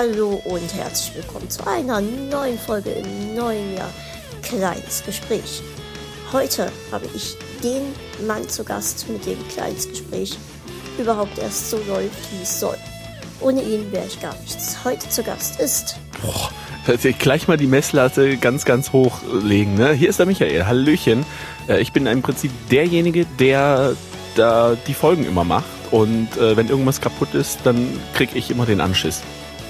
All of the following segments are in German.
Hallo und herzlich willkommen zu einer neuen Folge im neuen Jahr Kleines Gespräch. Heute habe ich den Mann zu Gast, mit dem Kleines Gespräch überhaupt erst so läuft, wie es soll. Ohne ihn wäre ich gar nichts. Heute zu Gast ist... Gleich mal die Messlatte ganz, ganz hoch legen. Ne? Hier ist der Michael. Hallöchen. Ich bin im Prinzip derjenige, der da die Folgen immer macht. Und wenn irgendwas kaputt ist, dann kriege ich immer den Anschiss.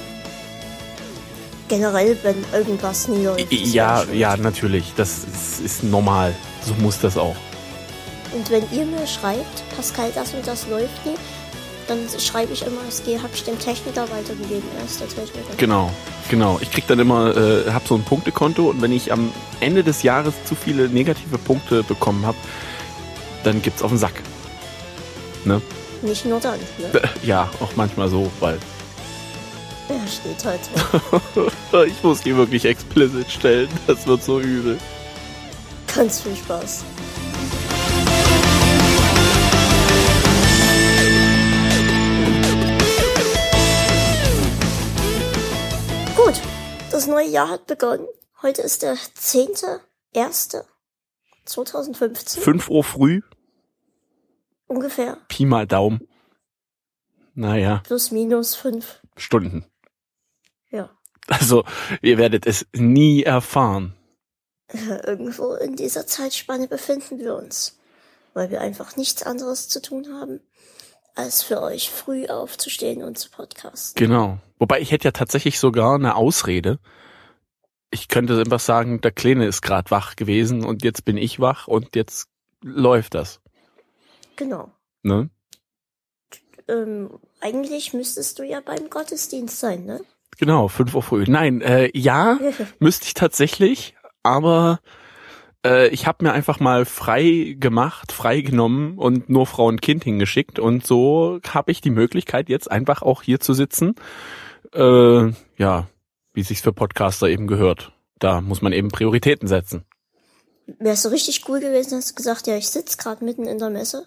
Generell, wenn irgendwas nie läuft. Ja, natürlich. Das ist normal. So muss das auch. Und wenn ihr mir schreibt, Pascal, das und das läuft nie, dann schreibe ich immer, habe ich dem Techniker weitergegeben. Er ist der Techniker. Genau. Ich krieg dann immer, habe so ein Punktekonto und wenn ich am Ende des Jahres zu viele negative Punkte bekommen habe, dann gibt's auf den Sack. Ne? Nicht nur dann, ne? Ja, auch manchmal so, weil... Ja, steht halt so. Ich muss die wirklich explicit stellen. Das wird so übel. Ganz viel Spaß. Gut, das neue Jahr hat begonnen. Heute ist der 10.01.2015. 5 Uhr früh. Ungefähr. Pi mal Daumen. Naja. Plus minus 5 Stunden. Ja. Also, ihr werdet es nie erfahren. Irgendwo in dieser Zeitspanne befinden wir uns, weil wir einfach nichts anderes zu tun haben, als für euch früh aufzustehen und zu podcasten. Genau. Wobei ich hätte ja tatsächlich sogar eine Ausrede. Ich könnte einfach sagen, der Kleine ist gerade wach gewesen und jetzt bin ich wach und jetzt läuft das. Genau. Ne? Eigentlich müsstest du ja beim Gottesdienst sein, ne? Genau, 5 Uhr früh. Nein, ja, müsste ich tatsächlich, aber ich habe mir einfach mal freigenommen und nur Frau und Kind hingeschickt und so habe ich die Möglichkeit, jetzt einfach auch hier zu sitzen. Ja, wie sich's für Podcaster eben gehört. Da muss man eben Prioritäten setzen. Wäre es so richtig cool gewesen, hast du gesagt, ja, ich sitze gerade mitten in der Messe.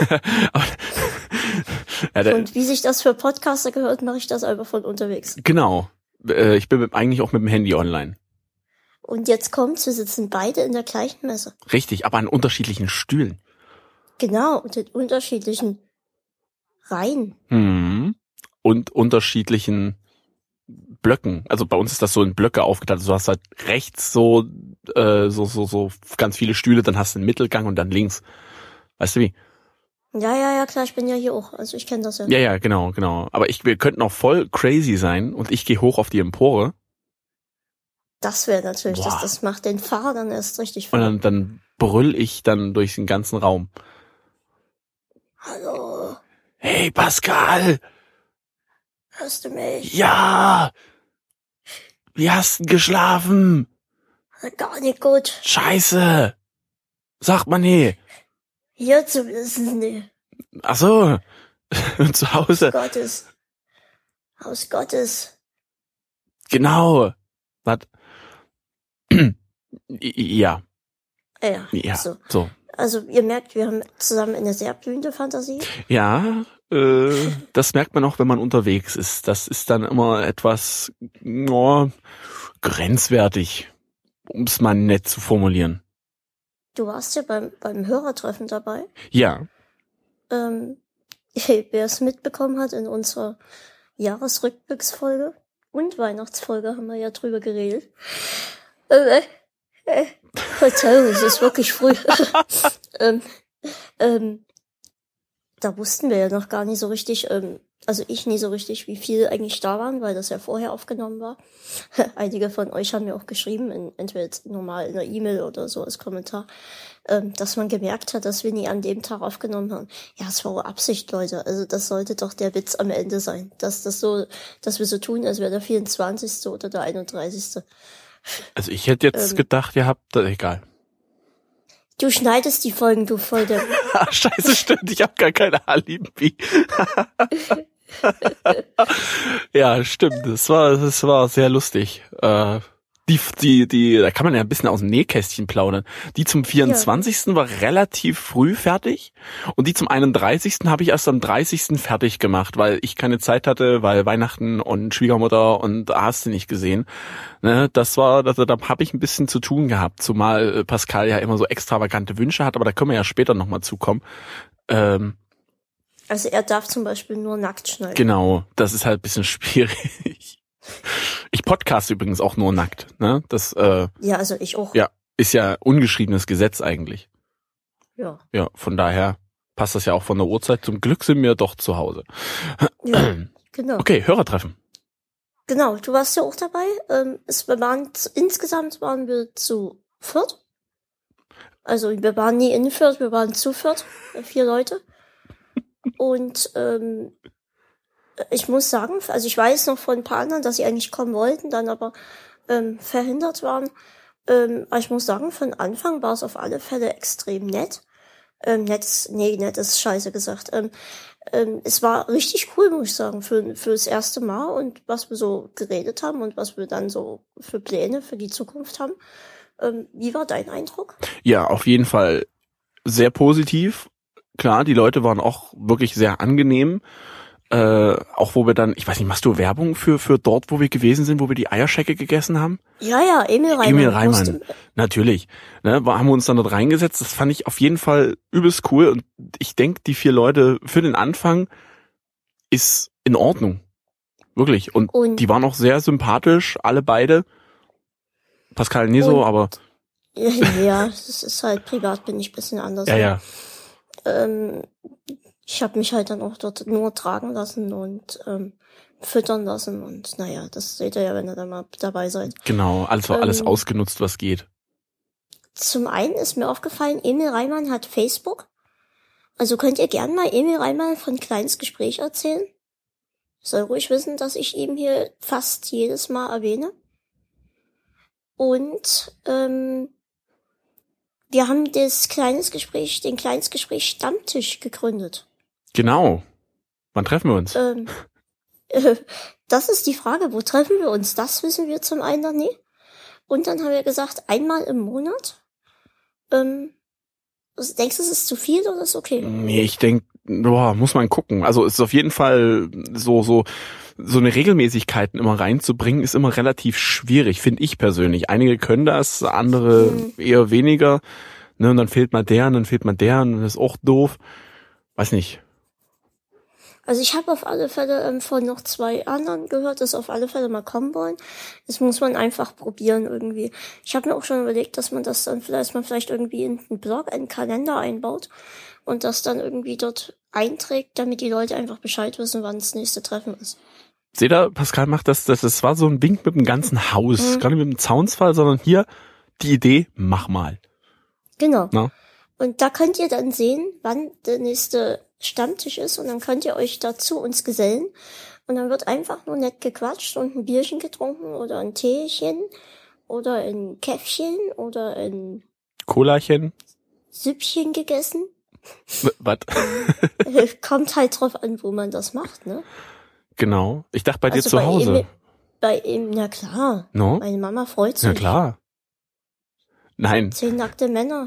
Und wie sich das für Podcaster gehört, mache ich das einfach von unterwegs. Genau. Ich bin eigentlich auch mit dem Handy online. Und jetzt kommt's, wir sitzen beide in der gleichen Messe. Richtig, aber an unterschiedlichen Stühlen. Genau, und in unterschiedlichen Reihen. Und unterschiedlichen Blöcken. Also bei uns ist das so in Blöcke aufgeteilt. Also du hast halt rechts so ganz viele Stühle, dann hast du einen Mittelgang und dann links. Weißt du wie? Ja, klar, ich bin ja hier auch. Also ich kenne das ja. Ja, genau. Aber wir könnten auch voll crazy sein und ich gehe hoch auf die Empore. Das wäre natürlich, das macht den Fahrer dann erst richtig voll. Und dann brüll ich dann durch den ganzen Raum. Hallo. Hey Pascal! Hörst du mich? Ja! Wie hast du geschlafen? Gar nicht gut. Scheiße! Sagt man nie. Hier zumindest nicht. Ach so. Zu Hause. Haus Gottes. Genau. Was? Ja. Ja. So. Also ihr merkt, wir haben zusammen eine sehr blühende Fantasie. Ja, das merkt man auch, wenn man unterwegs ist. Das ist dann immer etwas grenzwertig, um es mal nett zu formulieren. Du warst ja beim Hörertreffen dabei. Ja. Wer es mitbekommen hat, in unserer Jahresrückblicksfolge und Weihnachtsfolge haben wir ja drüber geredet. Verzeihung, es ist wirklich früh. Da wussten wir ja noch gar nicht so richtig, also ich nie so richtig, wie viel eigentlich da waren, weil das ja vorher aufgenommen war. Einige von euch haben mir auch geschrieben, entweder jetzt normal in einer E-Mail oder so als Kommentar, dass man gemerkt hat, dass wir nie an dem Tag aufgenommen haben. Ja, es war Absicht, Leute. Also das sollte doch der Witz am Ende sein, dass wir so tun, als wäre der 24. oder der 31. Also ich hätte jetzt gedacht, ihr habt, egal. Du schneidest die Folgen, du Volldepp. Scheiße, stimmt, ich habe gar keine Alibi. Ja, stimmt, das war sehr lustig. Da kann man ja ein bisschen aus dem Nähkästchen plaudern. Die zum 24. war relativ früh fertig und die zum 31. habe ich erst am 30. fertig gemacht, weil ich keine Zeit hatte, weil Weihnachten und Schwiegermutter und hast du nicht gesehen. Ne, da habe ich ein bisschen zu tun gehabt, zumal Pascal ja immer so extravagante Wünsche hat, aber da können wir ja später nochmal zukommen. Also er darf zum Beispiel nur nackt schneiden. Genau, das ist halt ein bisschen schwierig. Ich podcaste übrigens auch nur nackt, ne? Das ja, also ich auch. Ja, ist ja ungeschriebenes Gesetz eigentlich. Ja. Ja, von daher passt das ja auch von der Uhrzeit. Zum Glück sind wir doch zu Hause. Ja, genau. Okay, Hörertreffen. Genau, du warst ja auch dabei. Insgesamt waren wir zu viert. Also wir waren nie in Fürth, wir waren zu viert, 4 Leute. Und ich muss sagen, also ich weiß noch von ein paar anderen, dass sie eigentlich kommen wollten, dann aber verhindert waren. Aber ich muss sagen, von Anfang war es auf alle Fälle extrem nett. Nett ist scheiße gesagt. Es war richtig cool, muss ich sagen, fürs erste Mal und was wir so geredet haben und was wir dann so für Pläne für die Zukunft haben. Wie war dein Eindruck? Ja, auf jeden Fall sehr positiv. Klar, die Leute waren auch wirklich sehr angenehm. Auch wo wir dann, ich weiß nicht, machst du Werbung für dort, wo wir gewesen sind, wo wir die Eierschecke gegessen haben? Ja, Emil Reimann. Emil Reimann, natürlich. Ne, haben wir uns dann dort reingesetzt. Das fand ich auf jeden Fall übelst cool. Und ich denke, die 4 Leute für den Anfang ist in Ordnung. Wirklich. Und die waren auch sehr sympathisch, alle beide. Pascal nie so, aber... Ja, es ist halt privat, bin ich ein bisschen anders. Ja. Ich habe mich halt dann auch dort nur tragen lassen und füttern lassen und naja, das seht ihr ja, wenn ihr da mal dabei seid. Genau, alles ausgenutzt, was geht. Zum einen ist mir aufgefallen, Emil Reimann hat Facebook. Also könnt ihr gern mal Emil Reimann von Kleines Gespräch erzählen. Soll ruhig wissen, dass ich ihn hier fast jedes Mal erwähne. Und wir haben den Kleines Gespräch Stammtisch gegründet. Genau. Wann treffen wir uns? Das ist die Frage, wo treffen wir uns? Das wissen wir zum einen noch nie. Und dann haben wir gesagt, einmal im Monat. Denkst du, es ist zu viel oder ist okay? Nee, ich denke, muss man gucken. Also es ist auf jeden Fall so eine Regelmäßigkeiten immer reinzubringen, ist immer relativ schwierig, finde ich persönlich. Einige können das, andere eher weniger. Ne, und dann fehlt mal der, und dann fehlt mal der, und das ist auch doof. Weiß nicht. Also ich habe auf alle Fälle von noch 2 anderen gehört, dass auf alle Fälle mal kommen wollen. Das muss man einfach probieren irgendwie. Ich habe mir auch schon überlegt, dass man das dann vielleicht irgendwie in einen Blog, einen Kalender einbaut und das dann irgendwie dort einträgt, damit die Leute einfach Bescheid wissen, wann das nächste Treffen ist. Seht ihr, Pascal macht das war so ein Wink mit dem ganzen Haus. Gar nicht mit dem Zaunsfall, sondern hier die Idee, mach mal. Genau. Na? Und da könnt ihr dann sehen, wann der nächste Stammtisch ist und dann könnt ihr euch dazu uns gesellen und dann wird einfach nur nett gequatscht und ein Bierchen getrunken oder ein Teechen oder ein Käffchen oder ein Colachen. Süppchen gegessen. Was? Kommt halt drauf an, wo man das macht, ne? Genau. Ich dachte bei dir zu Hause. Bei ihm, na klar. No? Meine Mama freut sich. Na klar. Nein. 10 nackte Männer.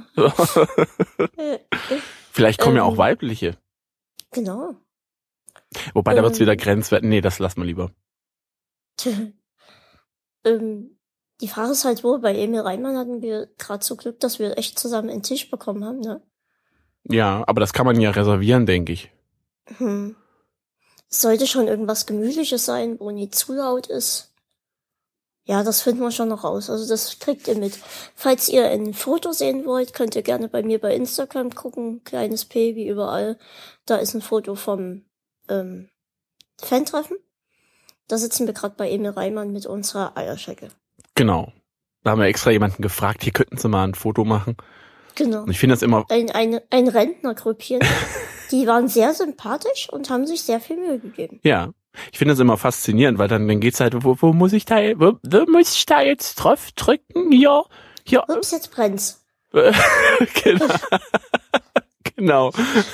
Vielleicht kommen ja auch weibliche. Genau. Wobei, da wird's wieder grenzwertig. Nee, das lassen wir lieber. Die Frage ist halt wo, bei Emil Reimann hatten wir gerade so Glück, dass wir echt zusammen einen Tisch bekommen haben, ne? Ja, aber das kann man ja reservieren, denke ich. Es sollte schon irgendwas Gemütliches sein, wo nie zu laut ist. Ja, das finden wir schon noch raus. Also das kriegt ihr mit. Falls ihr ein Foto sehen wollt, könnt ihr gerne bei mir bei Instagram gucken. Kleines P wie überall. Da ist ein Foto vom Fan-Treffen. Da sitzen wir gerade bei Emil Reimann mit unserer Eierschecke. Genau. Da haben wir extra jemanden gefragt, hier könnten sie mal ein Foto machen. Genau. Und ich finde das immer... Ein Rentnergrüppchen. Die waren sehr sympathisch und haben sich sehr viel Mühe gegeben. Ja. Ich finde das immer faszinierend, weil dann geht's halt, wo muss ich da jetzt drauf drücken? Hier. Ups, jetzt brennt's. Genau.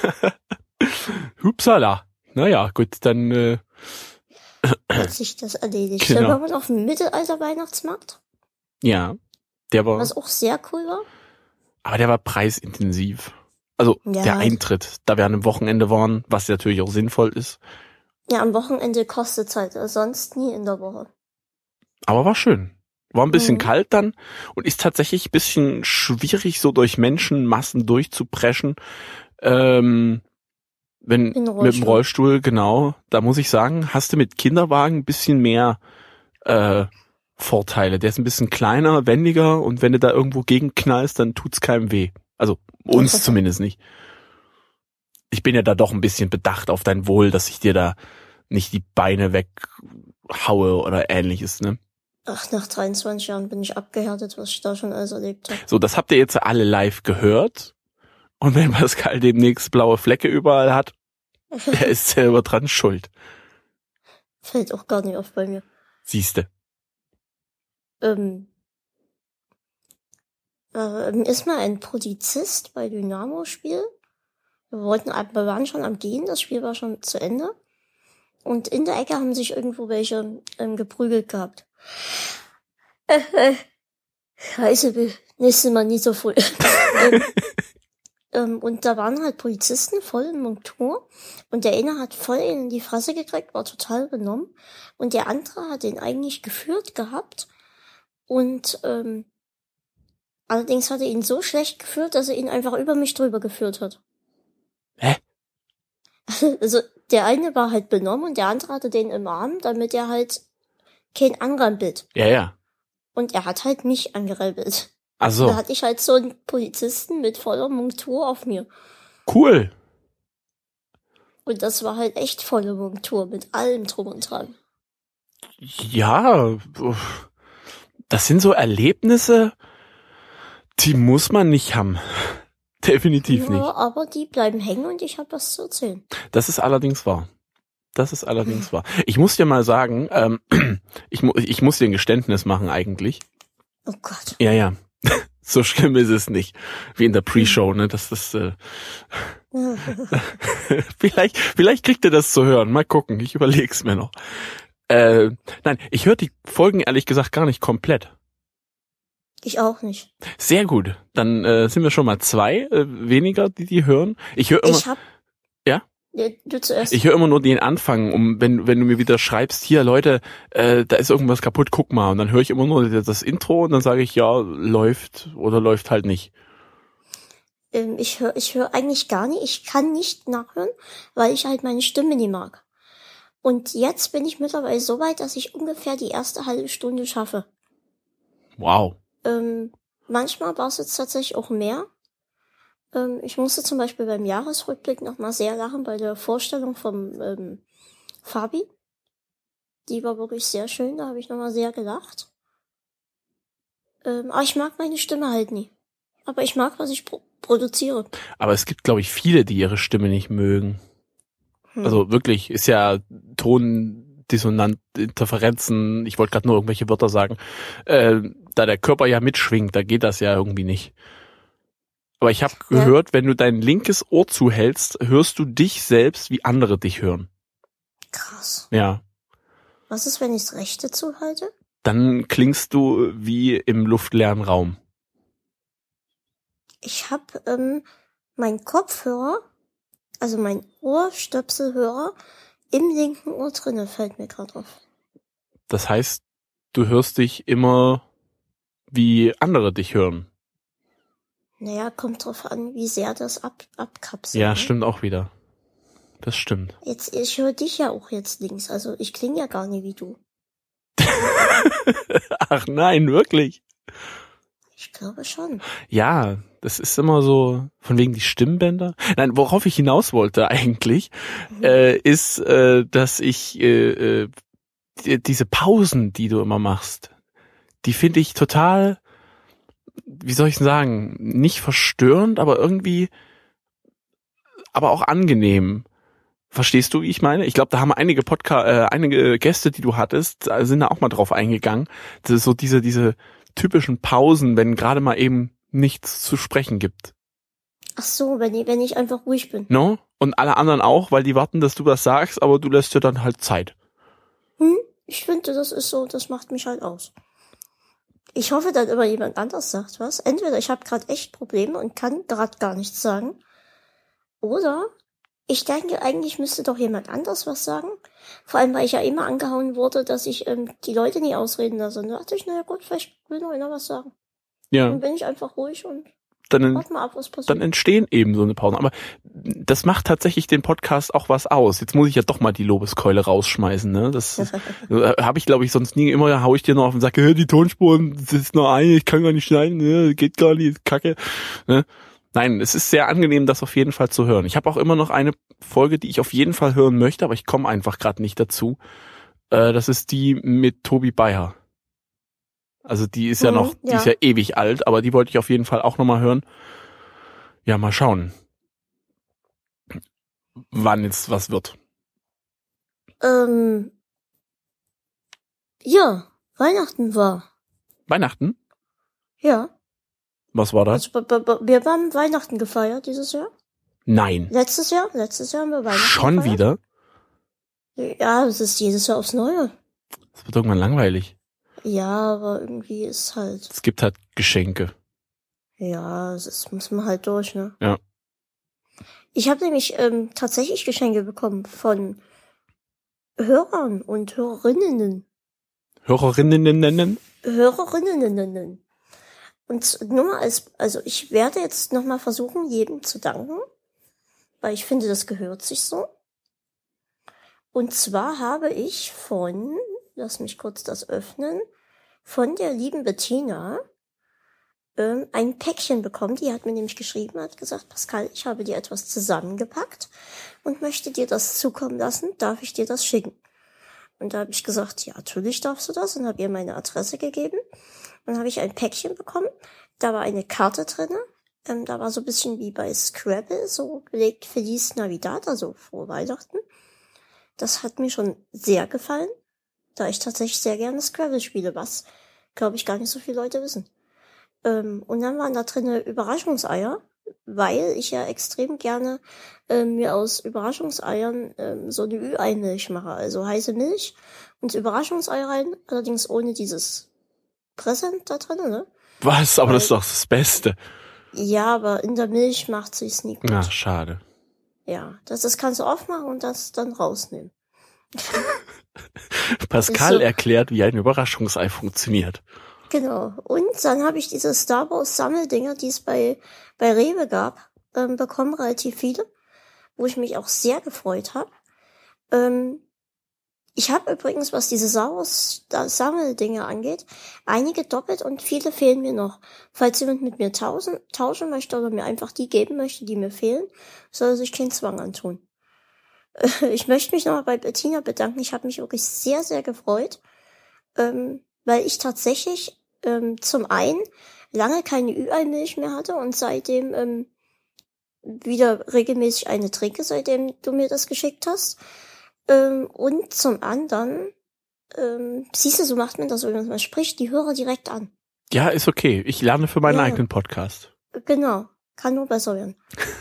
Hupsala. Naja, gut, dann hat sich das erledigt. Genau. Waren wir auf dem Mittelalter-Weihnachtsmarkt? Ja, der war, Was auch sehr cool war. aber der war preisintensiv. Also Ja. der Eintritt, da wir an einem Wochenende waren, was natürlich auch sinnvoll ist. Ja, am Wochenende kostet es halt, sonst nie in der Woche. Aber war schön. War ein bisschen Mhm. kalt dann und ist tatsächlich ein bisschen schwierig, so durch Menschenmassen durchzupreschen. Wenn mit dem Rollstuhl, genau, da muss ich sagen, hast du mit Kinderwagen ein bisschen mehr Vorteile. Der ist ein bisschen kleiner, wendiger und wenn du da irgendwo gegenknallst, dann tut's keinem weh. Also uns zumindest nicht. Ich bin ja da doch ein bisschen bedacht auf dein Wohl, dass ich dir da nicht die Beine weghaue oder ähnliches, ne? Ach, nach 23 Jahren bin ich abgehärtet, was ich da schon alles erlebt habe. So, das habt ihr jetzt alle live gehört. Und wenn Pascal demnächst blaue Flecke überall hat, er ist selber dran schuld. Fällt auch gar nicht auf bei mir. Siehste. Ist mal ein Polizist bei Dynamo Spiel. Wir waren schon am Gehen, das Spiel war schon zu Ende. Und in der Ecke haben sich irgendwo welche geprügelt gehabt. Scheiße, nächstes Mal nie so früh. Und da waren halt Polizisten voll in Montur. Und der eine hat voll in die Fresse gekriegt, war total benommen. Und der andere hat ihn eigentlich geführt gehabt. Und allerdings hat er ihn so schlecht geführt, dass er ihn einfach über mich drüber geführt hat. Hä? Also der eine war halt benommen und der andere hatte den im Arm, damit er halt kein anrempelt. Ja, ja. Und er hat halt mich angerempelt. Ach so. Da hatte ich halt so einen Polizisten mit voller Montur auf mir. Cool. Und das war halt echt volle Montur mit allem drum und dran. Ja, das sind so Erlebnisse, die muss man nicht haben. Definitiv Ja, nicht. aber die bleiben hängen und ich habe was zu erzählen. Das ist allerdings wahr. Ich muss dir mal sagen, ich muss dir ein Geständnis machen eigentlich. Oh Gott. Ja. So schlimm ist es nicht. Wie in der Pre-Show, ne? Das ist vielleicht kriegt ihr das zu hören. Mal gucken, ich überleg's mir noch. Nein, ich höre die Folgen ehrlich gesagt gar nicht komplett. Ich auch nicht. Sehr gut. Dann sind wir schon mal 2 weniger, die hören. Ich höre immer. Ja? Du zuerst. Ich höre immer nur den Anfang, wenn du mir wieder schreibst, hier Leute, da ist irgendwas kaputt, guck mal. Und dann höre ich immer nur das Intro und dann sage ich, ja, läuft oder läuft halt nicht. Ich höre eigentlich gar nicht. Ich kann nicht nachhören, weil ich halt meine Stimme nie mag. Und jetzt bin ich mittlerweile so weit, dass ich ungefähr die erste halbe Stunde schaffe. Wow. Manchmal war es jetzt tatsächlich auch mehr. Ich musste zum Beispiel beim Jahresrückblick nochmal sehr lachen bei der Vorstellung vom Fabi. Die war wirklich sehr schön, da habe ich nochmal sehr gelacht. Aber ich mag meine Stimme halt nie. Aber ich mag, was ich produziere. Aber es gibt, glaube ich, viele, die ihre Stimme nicht mögen. Also wirklich, ist ja Tondissonant, Interferenzen, ich wollte gerade nur irgendwelche Wörter sagen. Da der Körper ja mitschwingt, da geht das ja irgendwie nicht. Aber ich habe gehört, wenn du dein linkes Ohr zuhältst, hörst du dich selbst, wie andere dich hören. Krass. Ja. Was ist, wenn ich das rechte zuhalte? Dann klingst du wie im luftleeren Raum. Ich habe meinen Kopfhörer, also mein Ohrstöpselhörer, im linken Ohr drinne, fällt mir gerade auf. Das heißt, du hörst dich immer, wie andere dich hören. Naja, kommt drauf an, wie sehr das abkapselt. Ja, ne? stimmt auch wieder. Das stimmt. Jetzt, ich höre dich ja auch jetzt links, also ich klinge ja gar nicht wie du. Ach nein, wirklich? Ich glaube schon. Ja, das ist immer so, von wegen die Stimmbänder. Nein, worauf ich hinaus wollte eigentlich, ist, dass ich diese Pausen, die du immer machst, die finde ich total, wie soll ich sagen, nicht verstörend, aber irgendwie, aber auch angenehm. Verstehst du, wie ich meine? Ich glaube, da haben einige Gäste, die du hattest, sind da auch mal drauf eingegangen. Das ist so diese typischen Pausen, wenn gerade mal eben nichts zu sprechen gibt. Ach so, wenn ich einfach ruhig bin. No? Und alle anderen auch, weil die warten, dass du was sagst, aber du lässt dir dann halt Zeit. Ich finde, das ist so, das macht mich halt aus. Ich hoffe, dass immer jemand anders sagt was. Entweder ich habe gerade echt Probleme und kann gerade gar nichts sagen. Oder ich denke, eigentlich müsste doch jemand anders was sagen. Vor allem, weil ich ja immer angehauen wurde, dass ich die Leute nie ausreden lasse. Und da dachte ich, naja gut, vielleicht will noch einer was sagen. Ja. Dann bin ich einfach ruhig und Dann, warte mal ab, was passiert. dann entstehen eben so eine Pausen. Aber das macht tatsächlich den Podcast auch was aus. Jetzt muss ich ja doch mal die Lobeskeule rausschmeißen. Ne? Das habe ich, glaube ich, sonst nie. Immer hau ich dir noch auf und sage, die Tonspuren, das ist nur eine, ich kann gar nicht schneiden, ne? Geht gar nicht, Kacke. Ne? Nein, es ist sehr angenehm, das auf jeden Fall zu hören. Ich habe auch immer noch eine Folge, die ich auf jeden Fall hören möchte, aber ich komme einfach gerade nicht dazu. Das ist die mit Tobi Bayer. Also die ist ja noch, die ist ja ewig alt, aber die wollte ich auf jeden Fall auch nochmal hören. Ja, mal schauen, wann jetzt was wird. Ja, Weihnachten war. Weihnachten? Ja. Was war das? Also, wir haben Weihnachten gefeiert dieses Jahr. Nein. Letztes Jahr haben wir Weihnachten Schon gefeiert. wieder? Ja, es ist jedes Jahr aufs Neue. Das wird irgendwann langweilig. Ja, aber irgendwie ist halt... Es gibt halt Geschenke. Ja, das muss man halt durch, ne? Ja. Ich habe nämlich tatsächlich Geschenke bekommen von Hörern und Hörerinnen. Hörerinnen? Hörerinnen. Und nur mal also ich werde jetzt nochmal versuchen, jedem zu danken, weil ich finde, das gehört sich so. Und zwar habe ich lass mich kurz das öffnen, von der lieben Bettina ein Päckchen bekommen. Die hat mir nämlich geschrieben, hat gesagt, Pascal, ich habe dir etwas zusammengepackt und möchte dir das zukommen lassen. Darf ich dir das schicken? Und da habe ich gesagt, ja, natürlich darfst du das, und habe ihr meine Adresse gegeben. Dann habe ich ein Päckchen bekommen. Da war eine Karte drinne. Da war so ein bisschen wie bei Scrabble, so gelegt Feliz Navidad, also frohe Weihnachten. Das hat mir schon sehr gefallen, da ich tatsächlich sehr gerne Scrabble spiele, was, glaube ich, gar nicht so viele Leute wissen. Und dann waren da drinne Überraschungseier, weil ich ja extrem gerne mir aus Überraschungseiern so eine Ü-Ei-Milch mache, also heiße Milch und Überraschungsei rein, allerdings ohne dieses Präsent da drin, ne? Was? Aber das ist doch das Beste. Ja, aber in der Milch macht sich's nie gut. Ach, schade. Ja, das kannst du aufmachen und das dann rausnehmen. Pascal erklärt, wie ein Überraschungsei funktioniert. Genau. Und dann habe ich diese Star Wars Sammeldinger, die es bei Rewe gab, bekommen, relativ viele, wo ich mich auch sehr gefreut habe. Ich habe übrigens, was diese Star Wars Sammeldinger angeht, einige doppelt und viele fehlen mir noch. Falls jemand mit mir tauschen möchte oder mir einfach die geben möchte, die mir fehlen, soll er sich keinen Zwang antun. Ich möchte mich nochmal bei Bettina bedanken. Ich habe mich wirklich sehr, sehr gefreut, weil ich tatsächlich zum einen lange keine Ü-Ei-Milch mehr hatte und seitdem wieder regelmäßig eine trinke, seitdem du mir das geschickt hast. Und zum anderen, siehst du, so macht man das, wenn man spricht, die Hörer direkt an. Ja, ist okay. Ich lerne für meinen eigenen Podcast. Genau. Kann nur besser werden.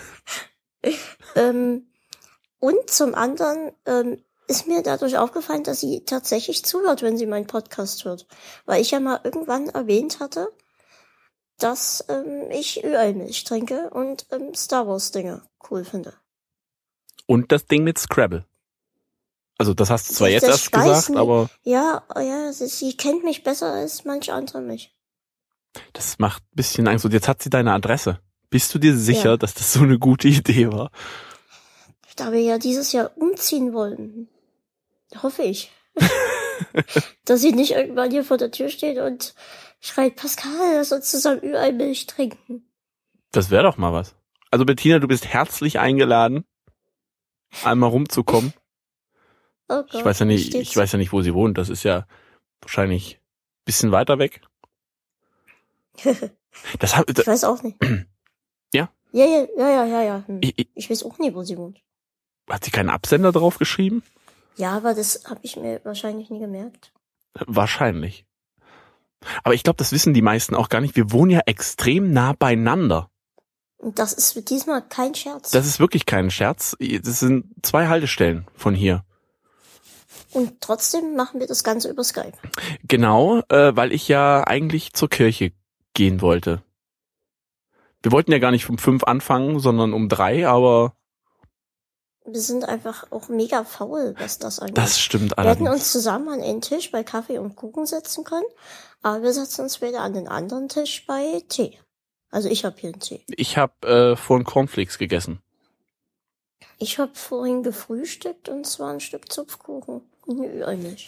Und zum anderen ist mir dadurch aufgefallen, dass sie tatsächlich zuhört, wenn sie meinen Podcast hört. Weil ich ja mal irgendwann erwähnt hatte, dass ich Ü-Ei-Milch trinke und Star Wars Dinge cool finde. Und das Ding mit Scrabble. Also das hast du zwar jetzt erst gesagt, aber... Ja, sie kennt mich besser als manche andere mich. Das macht ein bisschen Angst. Und jetzt hat sie deine Adresse. Bist du dir sicher, dass das so eine gute Idee war? Da wir ja dieses Jahr umziehen wollen, hoffe ich, dass sie nicht irgendwann hier vor der Tür steht und schreit, Pascal, lass uns zusammen Ü-Ei-Milch trinken. Das wäre doch mal was. Also Bettina, du bist herzlich eingeladen, einmal rumzukommen. Oh Gott, ich weiß ja nicht, wo sie wohnt. Das ist ja wahrscheinlich ein bisschen weiter weg. Ich weiß auch nicht. Ja? Ja. Ich weiß auch nicht, wo sie wohnt. Hat sie keinen Absender drauf geschrieben? Ja, aber das habe ich mir wahrscheinlich nie gemerkt. Wahrscheinlich. Aber ich glaube, das wissen die meisten auch gar nicht. Wir wohnen ja extrem nah beieinander. Und das ist diesmal kein Scherz. Das ist wirklich kein Scherz. Das sind 2 Haltestellen von hier. Und trotzdem machen wir das Ganze über Skype. Genau, weil ich ja eigentlich zur Kirche gehen wollte. Wir wollten ja gar nicht um 5 anfangen, sondern um 3, aber... Wir sind einfach auch mega faul, was das angeht. Das stimmt Wir allerdings. hätten uns zusammen an einen Tisch bei Kaffee und Kuchen setzen können, aber wir setzen uns wieder an den anderen Tisch bei Tee. Also ich habe hier einen Tee. Ich habe vorhin Cornflakes gegessen. Ich habe vorhin gefrühstückt und zwar ein Stück Zupfkuchen. Nö, eigentlich.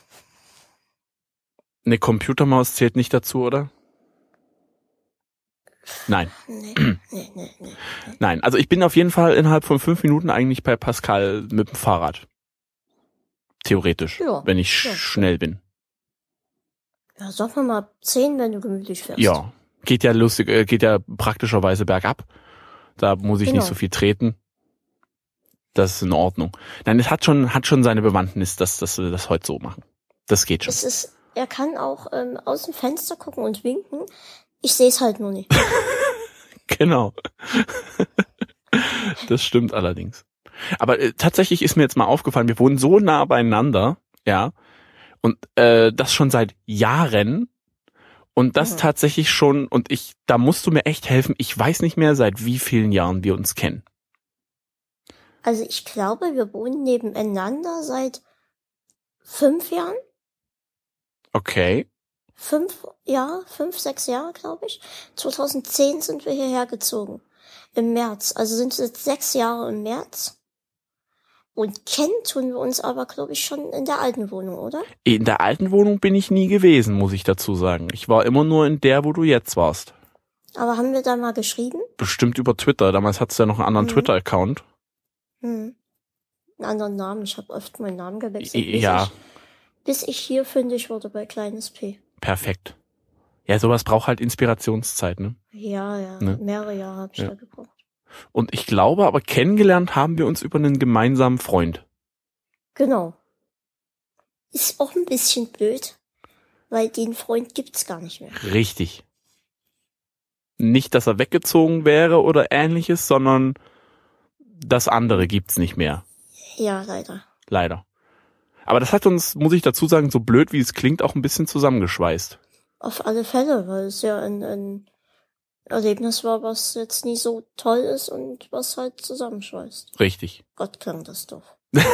Eine Computermaus zählt nicht dazu, oder? Nein. Nee. Nein, also ich bin auf jeden Fall innerhalb von 5 Minuten eigentlich bei Pascal mit dem Fahrrad. Theoretisch, Ja, wenn ich ja. schnell bin. Ja, sag mal 10, wenn du gemütlich fährst. Ja, geht ja praktischerweise bergab. Da muss ich Genau. nicht so viel treten. Das ist in Ordnung. Nein, es hat schon seine Bewandtnis, dass wir das heute so machen. Das geht schon. Er kann auch aus dem Fenster gucken und winken. Ich sehe es halt nur nicht. Genau. Das stimmt allerdings. Aber tatsächlich ist mir jetzt mal aufgefallen, wir wohnen so nah beieinander, ja, und das schon seit Jahren und das tatsächlich schon, und da musst du mir echt helfen, ich weiß nicht mehr, seit wie vielen Jahren wir uns kennen. Also ich glaube, wir wohnen nebeneinander seit 5 Jahren. Okay. 5, 6 Jahre, glaube ich. 2010 sind wir hierher gezogen. Im März. Also sind es jetzt 6 Jahre im März. Und kennen tun wir uns aber, glaube ich, schon in der alten Wohnung, oder? In der alten Wohnung bin ich nie gewesen, muss ich dazu sagen. Ich war immer nur in der, wo du jetzt warst. Aber haben wir da mal geschrieben? Bestimmt über Twitter. Damals hattest du ja noch einen anderen Twitter-Account. Einen anderen Namen. Ich habe oft meinen Namen gewechselt. Ja. Bis ich hier fündig wurde bei Kleines P. Perfekt. Ja, sowas braucht halt Inspirationszeit, ne? Ja. Ne? Mehrere Jahre habe ich da gebraucht. Und ich glaube, aber kennengelernt haben wir uns über einen gemeinsamen Freund. Genau. Ist auch ein bisschen blöd, weil den Freund gibt's gar nicht mehr. Richtig. Nicht, dass er weggezogen wäre oder ähnliches, sondern das andere gibt's nicht mehr. Ja, leider. Leider. Aber das hat uns, muss ich dazu sagen, so blöd wie es klingt, auch ein bisschen zusammengeschweißt. Auf alle Fälle, weil es ja ein Erlebnis war, was jetzt nie so toll ist und was halt zusammenschweißt. Richtig. Gott, klang das doof.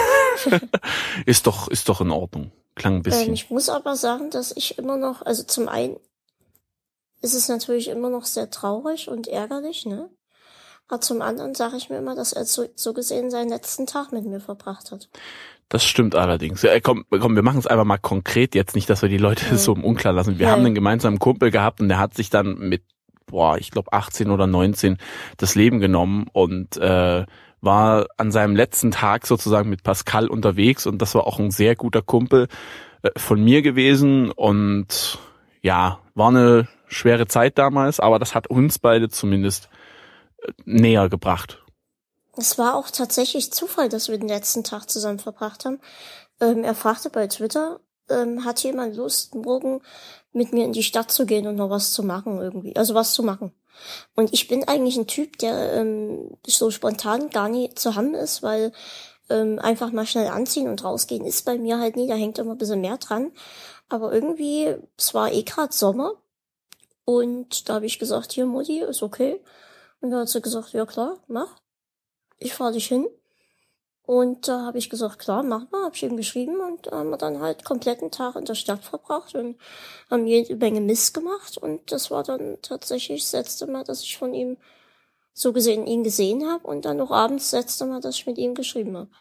Ist doch in Ordnung. Klang ein bisschen. Ich muss aber sagen, dass ich immer noch, also zum einen ist es natürlich immer noch sehr traurig und ärgerlich, ne? Aber zum anderen sage ich mir immer, dass er so gesehen seinen letzten Tag mit mir verbracht hat. Das stimmt allerdings. Ja, komm, wir machen es einfach mal konkret jetzt, nicht, dass wir die Leute so im Unklaren lassen. Wir haben einen gemeinsamen Kumpel gehabt und der hat sich dann mit, ich glaube 18 oder 19 das Leben genommen und war an seinem letzten Tag sozusagen mit Pascal unterwegs und das war auch ein sehr guter Kumpel von mir gewesen und ja, war eine schwere Zeit damals, aber das hat uns beide zumindest näher gebracht. Es war auch tatsächlich Zufall, dass wir den letzten Tag zusammen verbracht haben. Er fragte bei Twitter, hat jemand Lust, morgen mit mir in die Stadt zu gehen und noch was zu machen irgendwie. Also was zu machen. Und ich bin eigentlich ein Typ, der so spontan gar nie zu haben ist, weil einfach mal schnell anziehen und rausgehen ist bei mir halt nie. Da hängt immer ein bisschen mehr dran. Aber irgendwie, es war gerade Sommer. Und da habe ich gesagt, hier Mutti, ist okay. Und da hat sie gesagt, ja klar, mach. Ich fahre dich hin. Und da habe ich gesagt, klar, mach mal, habe ich ihm geschrieben und haben wir dann halt kompletten Tag in der Stadt verbracht und haben jede Menge Mist gemacht und das war dann tatsächlich das letzte Mal, dass ich von ihm so gesehen ihn gesehen habe und dann noch abends das letzte Mal, dass ich mit ihm geschrieben habe.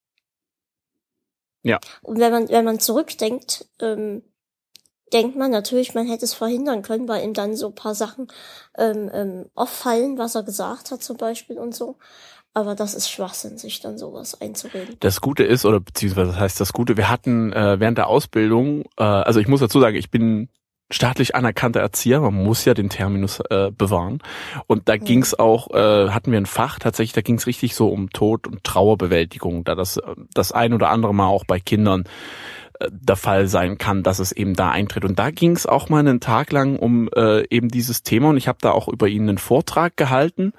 Ja. Und wenn man zurückdenkt, denkt man natürlich, man hätte es verhindern können, weil ihm dann so ein paar Sachen auffallen, was er gesagt hat zum Beispiel und so. Aber das ist Schwachsinn, sich dann sowas einzureden. Das Gute ist, oder beziehungsweise das heißt das Gute, wir hatten während der Ausbildung, also ich muss dazu sagen, ich bin staatlich anerkannter Erzieher, man muss ja den Terminus bewahren. Und da ging's auch, hatten wir ein Fach, tatsächlich, da ging's richtig so um Tod- und Trauerbewältigung, da das ein oder andere Mal auch bei Kindern der Fall sein kann, dass es eben da eintritt. Und da ging's auch mal einen Tag lang um eben dieses Thema und ich habe da auch über ihn einen Vortrag gehalten.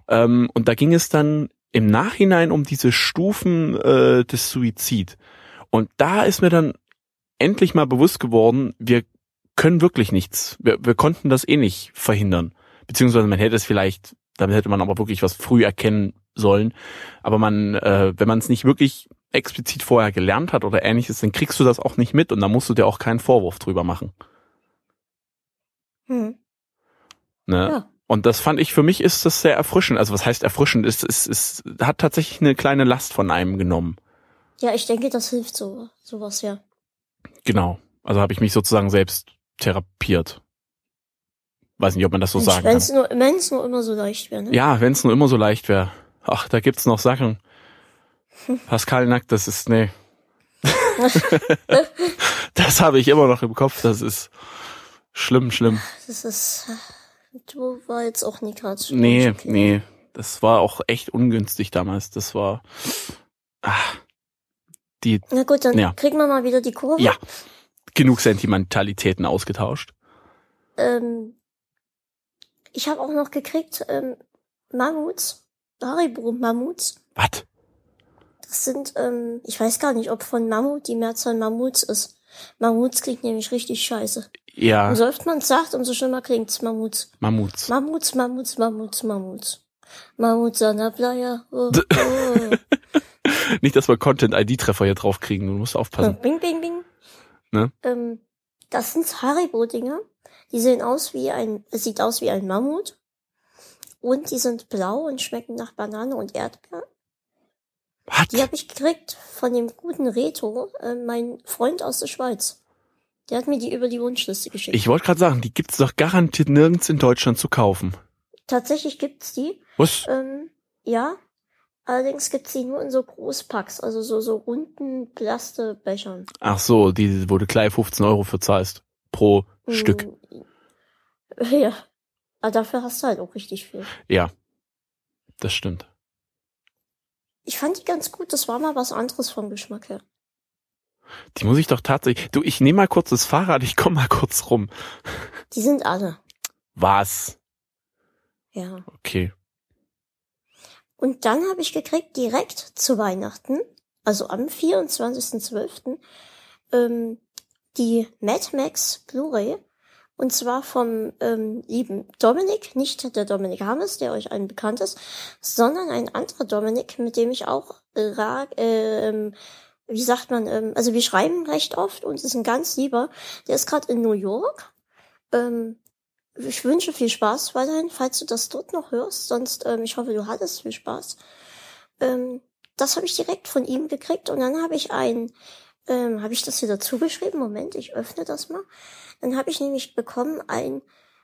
Und da ging es dann im Nachhinein um diese Stufen des Suizid. Und da ist mir dann endlich mal bewusst geworden, wir können wirklich nichts. Wir konnten das eh nicht verhindern. Beziehungsweise man hätte es vielleicht, damit hätte man aber wirklich was früh erkennen sollen. Aber wenn man es nicht wirklich explizit vorher gelernt hat oder ähnliches, dann kriegst du das auch nicht mit und da musst du dir auch keinen Vorwurf drüber machen. Ne? Ja. Und das fand ich, für mich ist das sehr erfrischend. Also was heißt erfrischend? Es hat tatsächlich eine kleine Last von einem genommen. Ja, ich denke, das hilft sowas, ja. Genau. Also habe ich mich sozusagen selbst therapiert. Weiß nicht, ob man das so sagen kann. Wenn es nur immer so leicht wäre, ne? Ja, wenn es nur immer so leicht wäre. Ach, da gibt's noch Sachen. Pascal Nackt, das ist, nee. Das habe ich immer noch im Kopf, das ist schlimm. Du war jetzt auch nie gerade. Nee, das war auch echt ungünstig damals. Das war, Na gut, dann kriegen wir mal wieder die Kurve. Ja, genug Sentimentalitäten ausgetauscht. Ich habe auch noch gekriegt, Mammuts, Haribo-Mammuts. Was? Das sind, ich weiß gar nicht, ob von Mammut die Mehrzahl Mammuts ist. Mammuts klingt nämlich richtig scheiße. Ja. Umso öfter man es sagt, umso schlimmer klingt's. Mammuts. Mammuts. Mammuts an der Playa. Oh, oh. Nicht, dass wir Content-ID-Treffer hier drauf kriegen, du musst aufpassen. Bing, bing, bing. Ne? Das sind Haribo-Dinger. Die sieht aus wie ein Mammut. Und die sind blau und schmecken nach Banane und Erdbeer. Was? Die habe ich gekriegt von dem guten Reto, mein Freund aus der Schweiz. Der hat mir die über die Wunschliste geschickt. Ich wollte gerade sagen, die gibt's doch garantiert nirgends in Deutschland zu kaufen. Tatsächlich gibt's die. Was? Ja. Allerdings gibt's die nur in so Großpacks, also so runden Plastebechern. Ach so, die, wo du gleich 15 € für zahlst. Pro Stück. Ja. Aber dafür hast du halt auch richtig viel. Ja. Das stimmt. Ich fand die ganz gut, das war mal was anderes vom Geschmack her. Die muss ich doch tatsächlich... Du, ich nehme mal kurz das Fahrrad, ich komme mal kurz rum. Die sind alle. Was? Ja. Okay. Und dann habe ich gekriegt, direkt zu Weihnachten, also am 24.12., die Mad Max Blu-ray. Und zwar vom lieben Dominik, nicht der Dominik Hammes, der euch allen bekannt ist, sondern ein anderer Dominik, mit dem ich auch, wie sagt man, also wir schreiben recht oft und ist ein ganz lieber. Der ist gerade in New York. Ich wünsche viel Spaß weiterhin, falls du das dort noch hörst. Sonst, ich hoffe, du hattest viel Spaß. Das habe ich direkt von ihm gekriegt und dann habe ich habe ich das hier dazu geschrieben? Moment, ich öffne das mal. Dann habe ich nämlich bekommen ein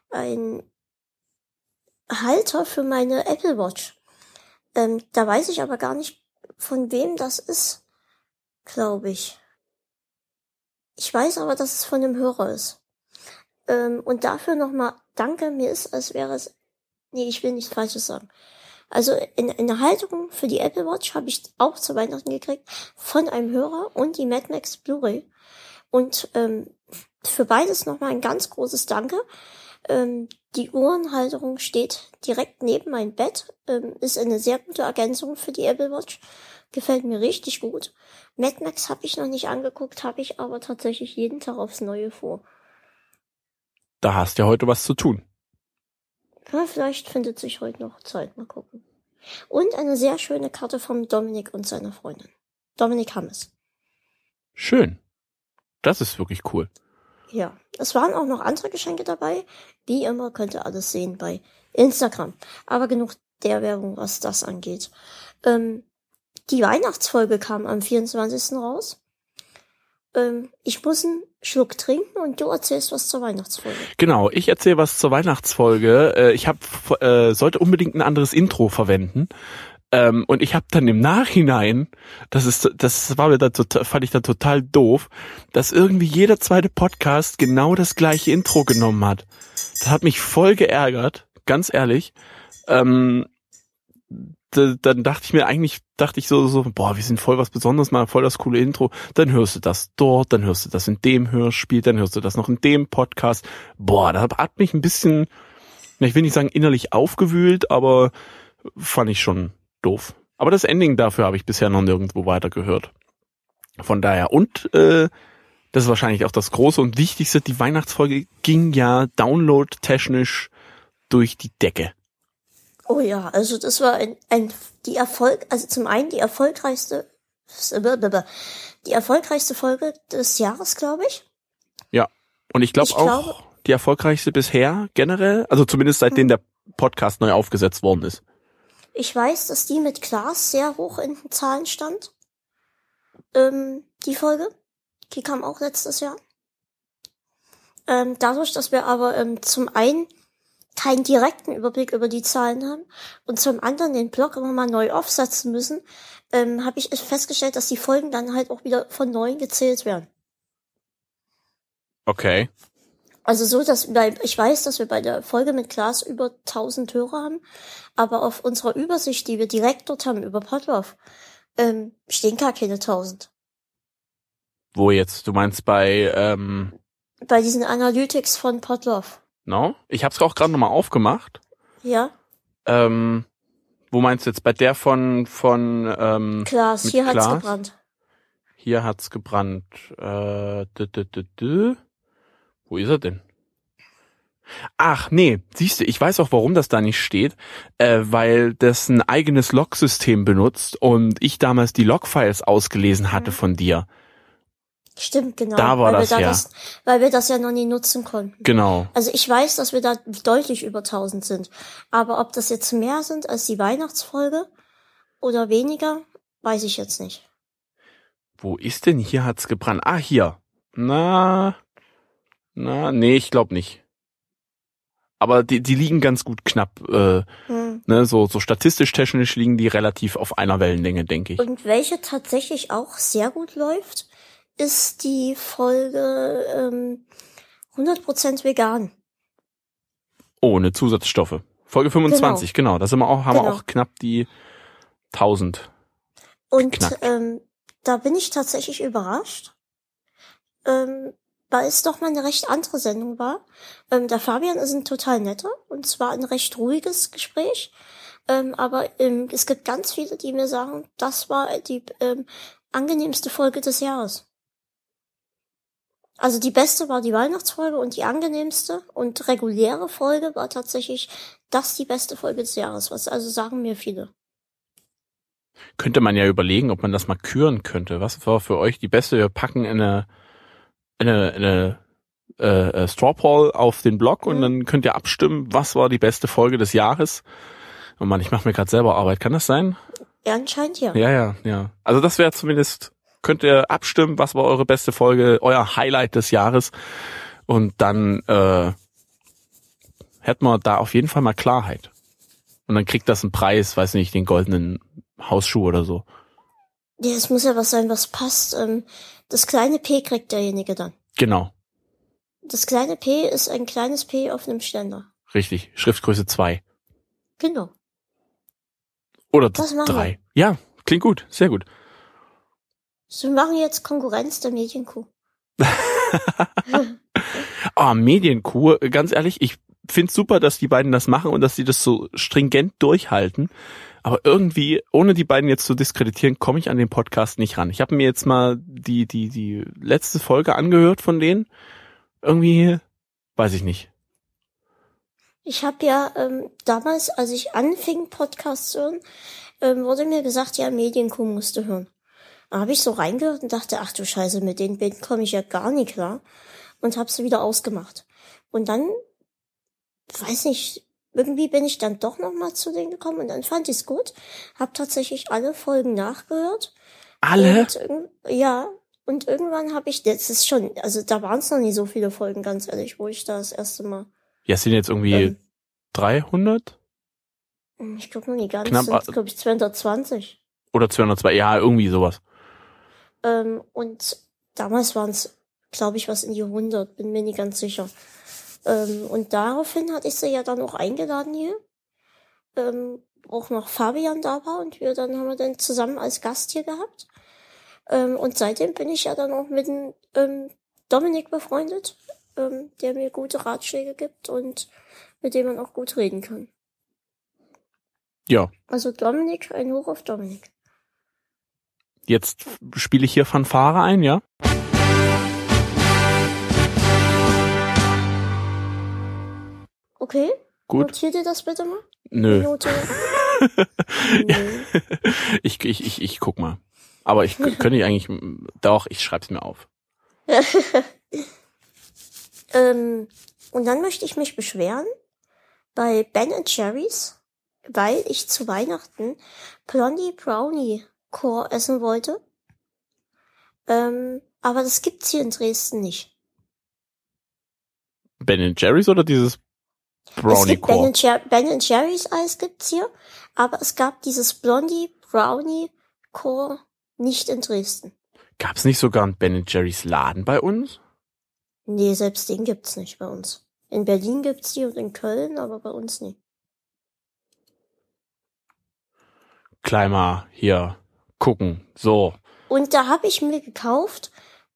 Halter für meine Apple Watch. Da weiß ich aber gar nicht, von wem das ist, glaube ich. Ich weiß aber, dass es von dem Hörer ist. Und dafür nochmal danke, mir ist, als wäre es... Nee, ich will nichts Falsches sagen. Also eine Halterung für die Apple Watch habe ich auch zu Weihnachten gekriegt von einem Hörer und die Mad Max Blu-ray. Und für beides nochmal ein ganz großes Danke. Die Uhrenhalterung steht direkt neben meinem Bett, ist eine sehr gute Ergänzung für die Apple Watch. Gefällt mir richtig gut. Mad Max habe ich noch nicht angeguckt, habe ich aber tatsächlich jeden Tag aufs Neue vor. Da hast du ja heute was zu tun. Ja, vielleicht findet sich heute noch Zeit, mal gucken. Und eine sehr schöne Karte vom Dominik und seiner Freundin. Dominik Hammes. Schön. Das ist wirklich cool. Ja, es waren auch noch andere Geschenke dabei. Wie immer könnt ihr alles sehen bei Instagram. Aber genug der Werbung, was das angeht. Die Weihnachtsfolge kam am 24. raus. Ich muss einen Schluck trinken und du erzählst was zur Weihnachtsfolge. Genau, ich erzähle was zur Weihnachtsfolge. Ich sollte unbedingt ein anderes Intro verwenden. Und ich habe dann im Nachhinein, fand ich dann total doof, dass irgendwie jeder zweite Podcast genau das gleiche Intro genommen hat. Das hat mich voll geärgert, ganz ehrlich. Dann dachte ich so, boah, wir sind voll was Besonderes, mal voll das coole Intro. Dann hörst du das dort, dann hörst du das in dem Hörspiel, dann hörst du das noch in dem Podcast. Boah, das hat mich ein bisschen, ich will nicht sagen innerlich aufgewühlt, aber fand ich schon doof. Aber das Ending dafür habe ich bisher noch nirgendwo weiter gehört. Von daher. Und das ist wahrscheinlich auch das Große und Wichtigste, die Weihnachtsfolge ging ja download-technisch durch die Decke. Oh ja, also das war also zum einen die erfolgreichste Folge des Jahres, glaube ich. Ja, und ich glaube auch die erfolgreichste bisher generell, also zumindest seitdem der Podcast neu aufgesetzt worden ist. Ich weiß, dass die mit Klaas sehr hoch in den Zahlen stand. Die Folge. Die kam auch letztes Jahr. Dadurch, dass wir aber zum einen keinen direkten Überblick über die Zahlen haben und zum anderen den Blog immer mal neu aufsetzen müssen, habe ich festgestellt, dass die Folgen dann halt auch wieder von neu gezählt werden. Okay. Also so, ich weiß, dass wir bei der Folge mit Klaas über 1000 Hörer haben, aber auf unserer Übersicht, die wir direkt dort haben über Podlove, stehen gar keine 1000. Wo jetzt? Du meinst bei diesen Analytics von Podlove. No? Ich hab's auch gerade nochmal aufgemacht. Ja. Wo meinst du jetzt? Bei der von Klaas, hier Klaas? hat's gebrannt. Hier hat's gebrannt. Wo ist er denn? Ach, nee, siehst du, ich weiß auch, warum das da nicht steht, weil das ein eigenes Log-System benutzt und ich damals die Log-Files ausgelesen hatte von dir. Stimmt, genau. Da war weil wir das ja noch nie nutzen konnten. Genau. Also ich weiß, dass wir da deutlich über 1000 sind. Aber ob das jetzt mehr sind als die Weihnachtsfolge oder weniger, weiß ich jetzt nicht. Wo ist denn? Hier hat's gebrannt. Ah, hier. Nee, ich glaube nicht. Aber die liegen ganz gut knapp. Ne, so statistisch technisch liegen die relativ auf einer Wellenlänge, denke ich. Und welche tatsächlich auch sehr gut läuft, ist die Folge 100% vegan. Ohne Zusatzstoffe. Folge 25, genau. Da haben wir auch knapp die 1000. Und da bin ich tatsächlich überrascht, weil es doch mal eine recht andere Sendung war. Der Fabian ist ein total netter und zwar ein recht ruhiges Gespräch. Aber es gibt ganz viele, die mir sagen, das war die angenehmste Folge des Jahres. Also die beste war die Weihnachtsfolge und die angenehmste und reguläre Folge war tatsächlich die beste Folge des Jahres. Was also sagen mir viele. Könnte man ja überlegen, ob man das mal küren könnte. Was war für euch die beste? Wir packen eine Straw Poll auf den Blog und dann könnt ihr abstimmen, was war die beste Folge des Jahres. Oh Mann, ich mache mir gerade selber Arbeit. Kann das sein? Ja, anscheinend ja. Ja. Also das wäre zumindest, könnt ihr abstimmen, was war eure beste Folge, euer Highlight des Jahres. Und dann hätten wir da auf jeden Fall mal Klarheit. Und dann kriegt das einen Preis, weiß nicht, den goldenen Hausschuh oder so. Ja, es muss ja was sein, was passt. Das kleine P kriegt derjenige dann. Genau. Das kleine P ist ein kleines P auf einem Ständer. Richtig, Schriftgröße 2. Genau. Oder 3. Ja, klingt gut, sehr gut. So, wir machen jetzt Konkurrenz der Medienkuh. Medienkuh, ganz ehrlich, ich find's super, dass die beiden das machen und dass sie das so stringent durchhalten. Aber irgendwie, ohne die beiden jetzt zu diskreditieren, komme ich an den Podcast nicht ran. Ich habe mir jetzt mal die letzte Folge angehört von denen. Irgendwie, weiß ich nicht. Ich habe ja damals, als ich anfing, Podcasts zu hören, wurde mir gesagt, ja, Medienkuh musst du hören. Da habe ich so reingehört und dachte, ach du Scheiße, mit den Bänden komme ich ja gar nicht klar. Und habe sie wieder ausgemacht. Und dann, weiß nicht, irgendwie bin ich dann doch noch mal zu denen gekommen und dann fand ich's gut. Hab tatsächlich alle Folgen nachgehört. Alle? Und irgendwann habe ich, das ist schon, also da waren es noch nie so viele Folgen, ganz ehrlich, wo ich da das erste Mal. Ja, es sind jetzt irgendwie 300? Ich glaube noch nie ganz, knapp, sind glaube ich 220. Oder 202, ja, irgendwie sowas. Und damals waren es, glaube ich, was in die 100, bin mir nicht ganz sicher. Und daraufhin hatte ich sie ja dann auch eingeladen hier. Auch noch Fabian da war und haben wir dann zusammen als Gast hier gehabt. Und seitdem bin ich ja dann auch mit dem Dominik befreundet, der mir gute Ratschläge gibt und mit dem man auch gut reden kann. Ja. Also Dominik, ein Hoch auf Dominik. Jetzt spiele ich hier Fanfare ein, ja? Okay, Gut. notiert ihr das bitte mal? Nö. Minute. Ja. Nö. Ich guck mal. Aber könnte ich eigentlich, doch, ich schreib's mir auf. Und dann möchte ich mich beschweren bei Ben Jerry's, weil ich zu Weihnachten Blondie Brownie Core essen wollte. Aber das gibt's hier in Dresden nicht. Ben Jerry's oder dieses Brownie Es gibt Core? Ben Jerry's Eis gibt's hier, aber es gab dieses Blondie Brownie Core nicht in Dresden. Gab's nicht sogar einen Ben Jerry's Laden bei uns? Nee, selbst den gibt's nicht bei uns. In Berlin gibt's die und in Köln, aber bei uns nicht. Gleich mal hier gucken. So. Und da habe ich mir gekauft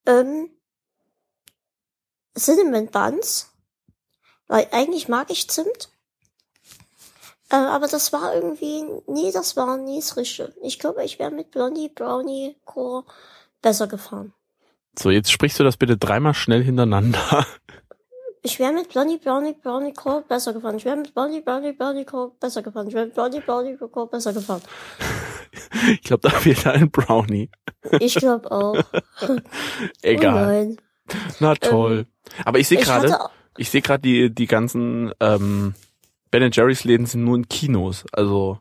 Cinnamon Buns, weil eigentlich mag ich Zimt. Aber das war irgendwie, das war nie das Richtige. Ich glaube, ich wäre mit Blondie Brownie Core besser gefahren. So, jetzt sprichst du das bitte dreimal schnell hintereinander. Ich wäre mit Blondie Brownie Core besser gefahren. Ich wäre mit Blondie Brownie Core besser gefahren. Ich wäre mit Blondie Brownie Core besser gefahren. Ich glaube, da fehlt ein Brownie. Ich glaube auch. Egal. Oh nein. Na toll. Aber ich sehe gerade, hatte- die ganzen Ben Jerry's Läden sind nur in Kinos. Also,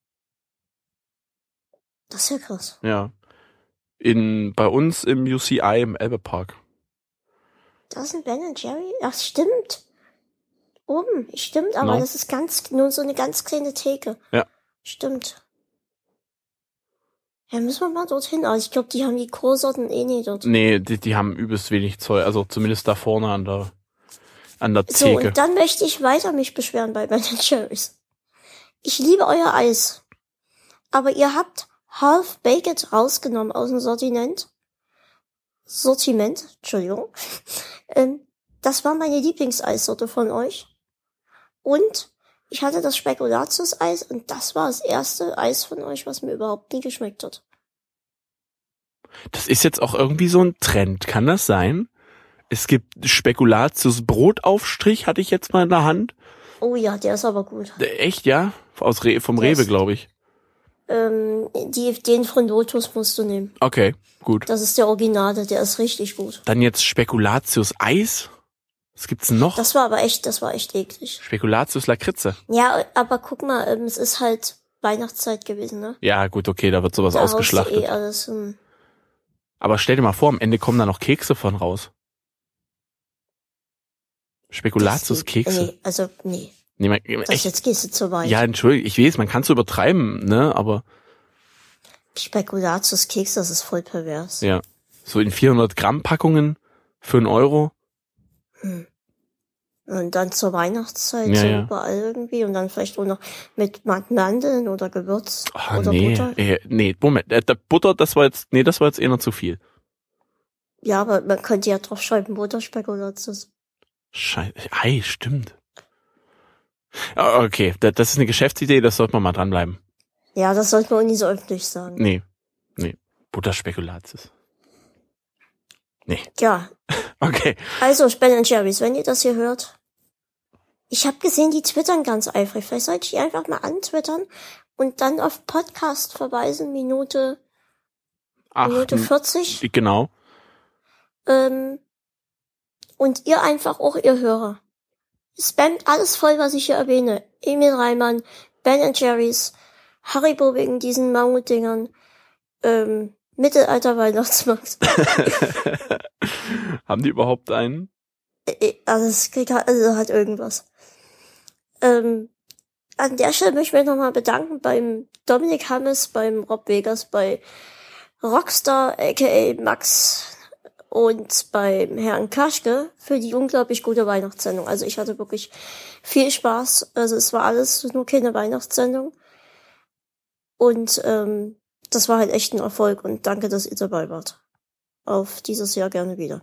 Das ist ja krass. ja. Bei uns im UCI im Elbepark. Das ist ein Ben Jerry? Ach, stimmt. Oben, stimmt, aber No. das ist nur so eine ganz kleine Theke. Ja. Stimmt. Ja, müssen wir mal dorthin. Aber ich glaube, die haben die Kursorten nicht dort. Nee, die haben übelst wenig Zeug. Also zumindest da vorne an der So, Theke. und dann möchte ich weiter mich beschweren bei Ben Jerry's. Ich liebe euer Eis. Aber ihr habt Half Baked rausgenommen aus dem Sortiment, Entschuldigung. Das war meine Lieblingseissorte von euch. Und ich hatte das Spekulatius-Eis und das war das erste Eis von euch, was mir überhaupt nie geschmeckt hat. Das ist jetzt auch irgendwie so ein Trend. Kann das sein? Es gibt Spekulatius Brotaufstrich, hatte ich jetzt mal in der Hand. Oh ja, der ist aber gut. Echt, ja? Vom Der Rewe, ist- glaube ich. Den von Lotus musst du nehmen. Okay, gut. Das ist der Originale, der ist richtig gut. Dann jetzt Spekulatius Eis. Was gibt's denn noch? Das war echt eklig. Spekulatius Lakritze. Ja, aber guck mal, es ist halt Weihnachtszeit gewesen, ne? Ja, gut, okay, da wird sowas Da haust du ausgeschlachtet. alles, Aber stell dir mal vor, am Ende kommen da noch Kekse von raus. Spekulatius-Kekse. Nee. Nee, Echt? Jetzt gehst du zu weit. Ja, entschuldige, ich weiß, man kann es übertreiben, ne, aber Spekulatius-Keks, das ist voll pervers. ja, so in 400 Gramm Packungen für €1. Und dann zur Weihnachtszeit Ja, so ja. überall irgendwie und dann vielleicht auch noch mit Mandeln oder Gewürz Ach, oder nee, Butter. nee, Moment, der Butter, das war jetzt eher noch zu viel. Ja, aber man könnte ja drauf schreiben, Butterspekulatius. Scheiße, Ei, stimmt. Ah, okay, das ist eine Geschäftsidee, das sollte man mal dranbleiben. Ja, das sollte man auch nie so öffentlich sagen. Nee, Butterspekulatius. Ja, Okay, also Ben Jerry's, wenn ihr das hier hört. Ich habe gesehen, die twittern ganz eifrig. Vielleicht sollte ich die einfach mal antwittern und dann auf Podcast verweisen, Minute 40. Genau. Und ihr einfach auch, ihr Hörer. Spamt alles voll, was ich hier erwähne. Emil Reimann, Ben Jerry's, Haribo wegen diesen Mammutdingern, Mittelalter-Weihnachtsmarkt. Haben die überhaupt einen? Also hat irgendwas. An der Stelle möchte ich mich nochmal bedanken beim Dominik Hammes, beim Rob Vegas, bei Rockstar, aka Max und beim Herrn Kaschke für die unglaublich gute Weihnachtssendung. Also ich hatte wirklich viel Spaß. Also es war alles nur keine Weihnachtssendung. Und das war halt echt ein Erfolg und danke, dass ihr dabei wart. Auf dieses Jahr gerne wieder.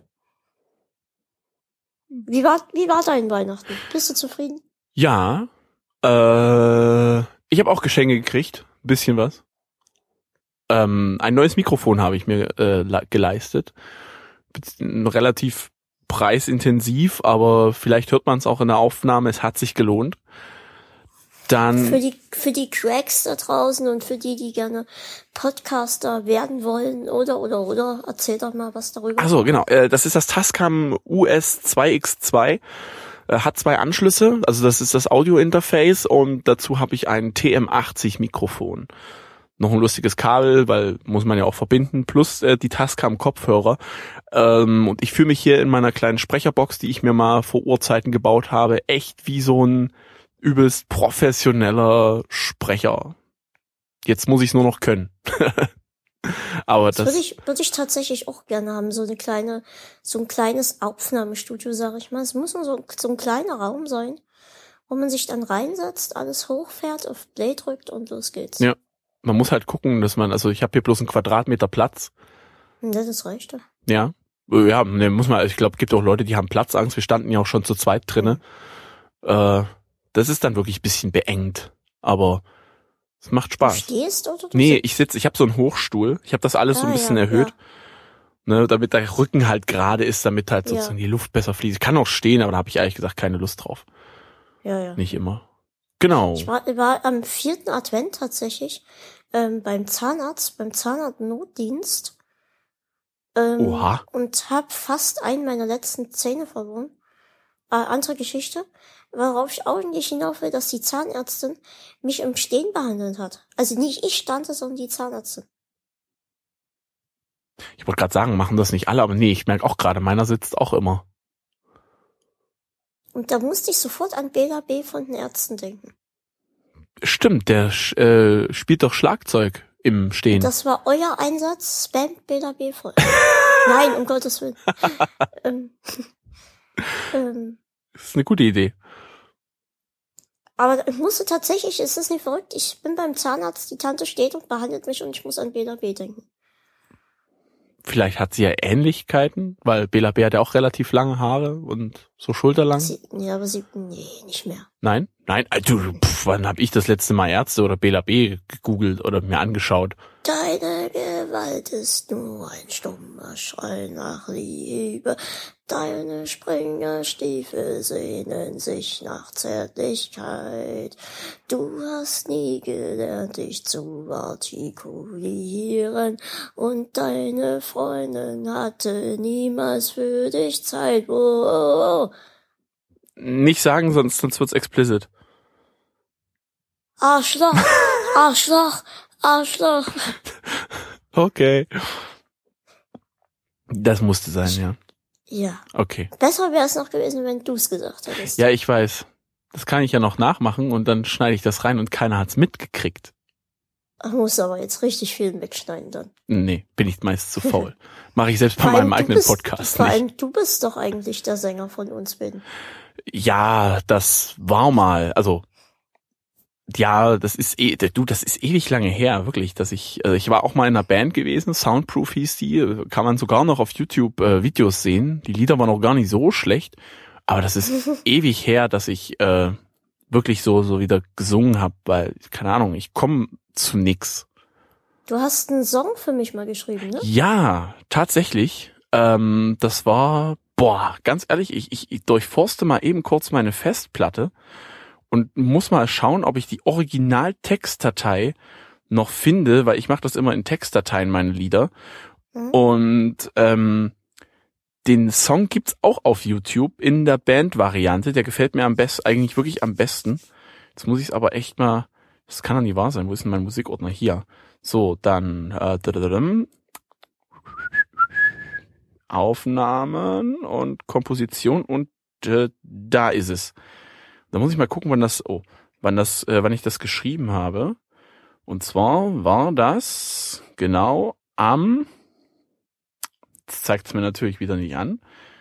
Wie war dein Weihnachten? Bist du zufrieden? Ja. Ich habe auch Geschenke gekriegt. Bisschen was. Ein neues Mikrofon habe ich mir geleistet. Relativ preisintensiv, aber vielleicht hört man es auch in der Aufnahme, es hat sich gelohnt. Dann für die Cracks da draußen und für die gerne Podcaster werden wollen oder erzähl doch mal was darüber. Also genau, das ist das Tascam US2X2, hat 2 Anschlüsse, also das ist das Audio-Interface und dazu habe ich ein TM80 Mikrofon. Noch ein lustiges Kabel, weil muss man ja auch verbinden, plus die Tascam Kopfhörer. Und ich fühle mich hier in meiner kleinen Sprecherbox, die ich mir mal vor Urzeiten gebaut habe, echt wie so ein übelst professioneller Sprecher. Jetzt muss ich es nur noch können. Aber das würde ich tatsächlich auch gerne haben, so ein kleines Aufnahmestudio, sag ich mal. Es muss nur so ein kleiner Raum sein, wo man sich dann reinsetzt, alles hochfährt, auf Play drückt und los geht's. Ja, man muss halt gucken, dass also ich habe hier bloß einen Quadratmeter Platz. Das reicht doch. Ja. Ja, ne, muss man, ich glaube, gibt auch Leute, die haben Platzangst. Wir standen ja auch schon zu zweit drinne. Das ist dann wirklich ein bisschen beengt, aber es macht Spaß. Du stehst oder du Nee, sitzt? ich sitze, ich habe so einen Hochstuhl. Ich habe das alles so ein bisschen erhöht, ne, damit der Rücken halt gerade ist, damit halt sozusagen die Luft besser fließt. Ich kann auch stehen, aber da habe ich ehrlich gesagt keine Lust drauf. Ja. Nicht immer. Genau. Ich war am 4. Advent tatsächlich beim Zahnarztnotdienst Oha. und habe fast einen meiner letzten Zähne verloren. Andere Geschichte, worauf ich eigentlich hinauf will, dass die Zahnärztin mich im Stehen behandelt hat. Also nicht ich stand, sondern die Zahnärztin. Ich wollte gerade sagen, machen das nicht alle, aber nee, ich merke auch gerade, meiner sitzt auch immer. Und da musste ich sofort an Bela B. von den Ärzten denken. Stimmt, der spielt doch Schlagzeug im Stehen. Das war euer Einsatz, spamt Bela B. voll. Nein, um Gottes Willen. Das ist eine gute Idee. Aber ich musste tatsächlich, ist das nicht verrückt? Ich bin beim Zahnarzt, die Tante steht und behandelt mich und ich muss an Bela B. denken. Vielleicht hat sie ja Ähnlichkeiten, weil Bela B. hat ja auch relativ lange Haare und so schulterlang. Nee, nicht mehr. Nein? Wann habe ich das letzte Mal Ärzte oder Bela B. gegoogelt oder mir angeschaut? Deine Gewalt ist nur ein stummer Schrei nach Liebe. Deine Springerstiefel sehnen sich nach Zärtlichkeit. Du hast nie gelernt, dich zu artikulieren. Und deine Freundin hatte niemals für dich Zeit. Oh. Nicht sagen, sonst wird's explicit. Arschloch. Okay. Das musste sein, ja. Ja. Okay. Besser wäre es noch gewesen, wenn du es gesagt hättest. Ja, ich weiß. Das kann ich ja noch nachmachen und dann schneide ich das rein und keiner hat's mitgekriegt. Ach, musst aber jetzt richtig viel wegschneiden dann. Nee, bin ich meist zu faul. Mache ich selbst bei meinem eigenen Podcast vor nicht. allem, du bist doch eigentlich der Sänger von uns beiden. Ja, das war mal, also ja, das ist ewig lange her, wirklich, dass ich war auch mal in einer Band gewesen, Soundproof hieß die, kann man sogar noch auf YouTube Videos sehen. Die Lieder waren auch gar nicht so schlecht, aber das ist ewig her, dass ich wirklich so wieder gesungen habe, weil, keine Ahnung, ich komme zu nix. Du hast einen Song für mich mal geschrieben, ne? Ja, tatsächlich. Das war, ganz ehrlich, ich durchforste mal eben kurz meine Festplatte und muss mal schauen, ob ich die Original-Textdatei noch finde, weil ich mache das immer in Textdateien, meine Lieder. Mhm. Und den Song gibt's auch auf YouTube in der Band-Variante. Der gefällt mir eigentlich wirklich am besten. Jetzt muss ich es aber echt mal, das kann doch nicht wahr sein. Wo ist denn mein Musikordner? Hier. So, dann Aufnahmen und Komposition und da ist es. Da muss ich mal gucken, wann ich das geschrieben habe. Und zwar war das genau am, das zeigt es mir natürlich wieder nicht an,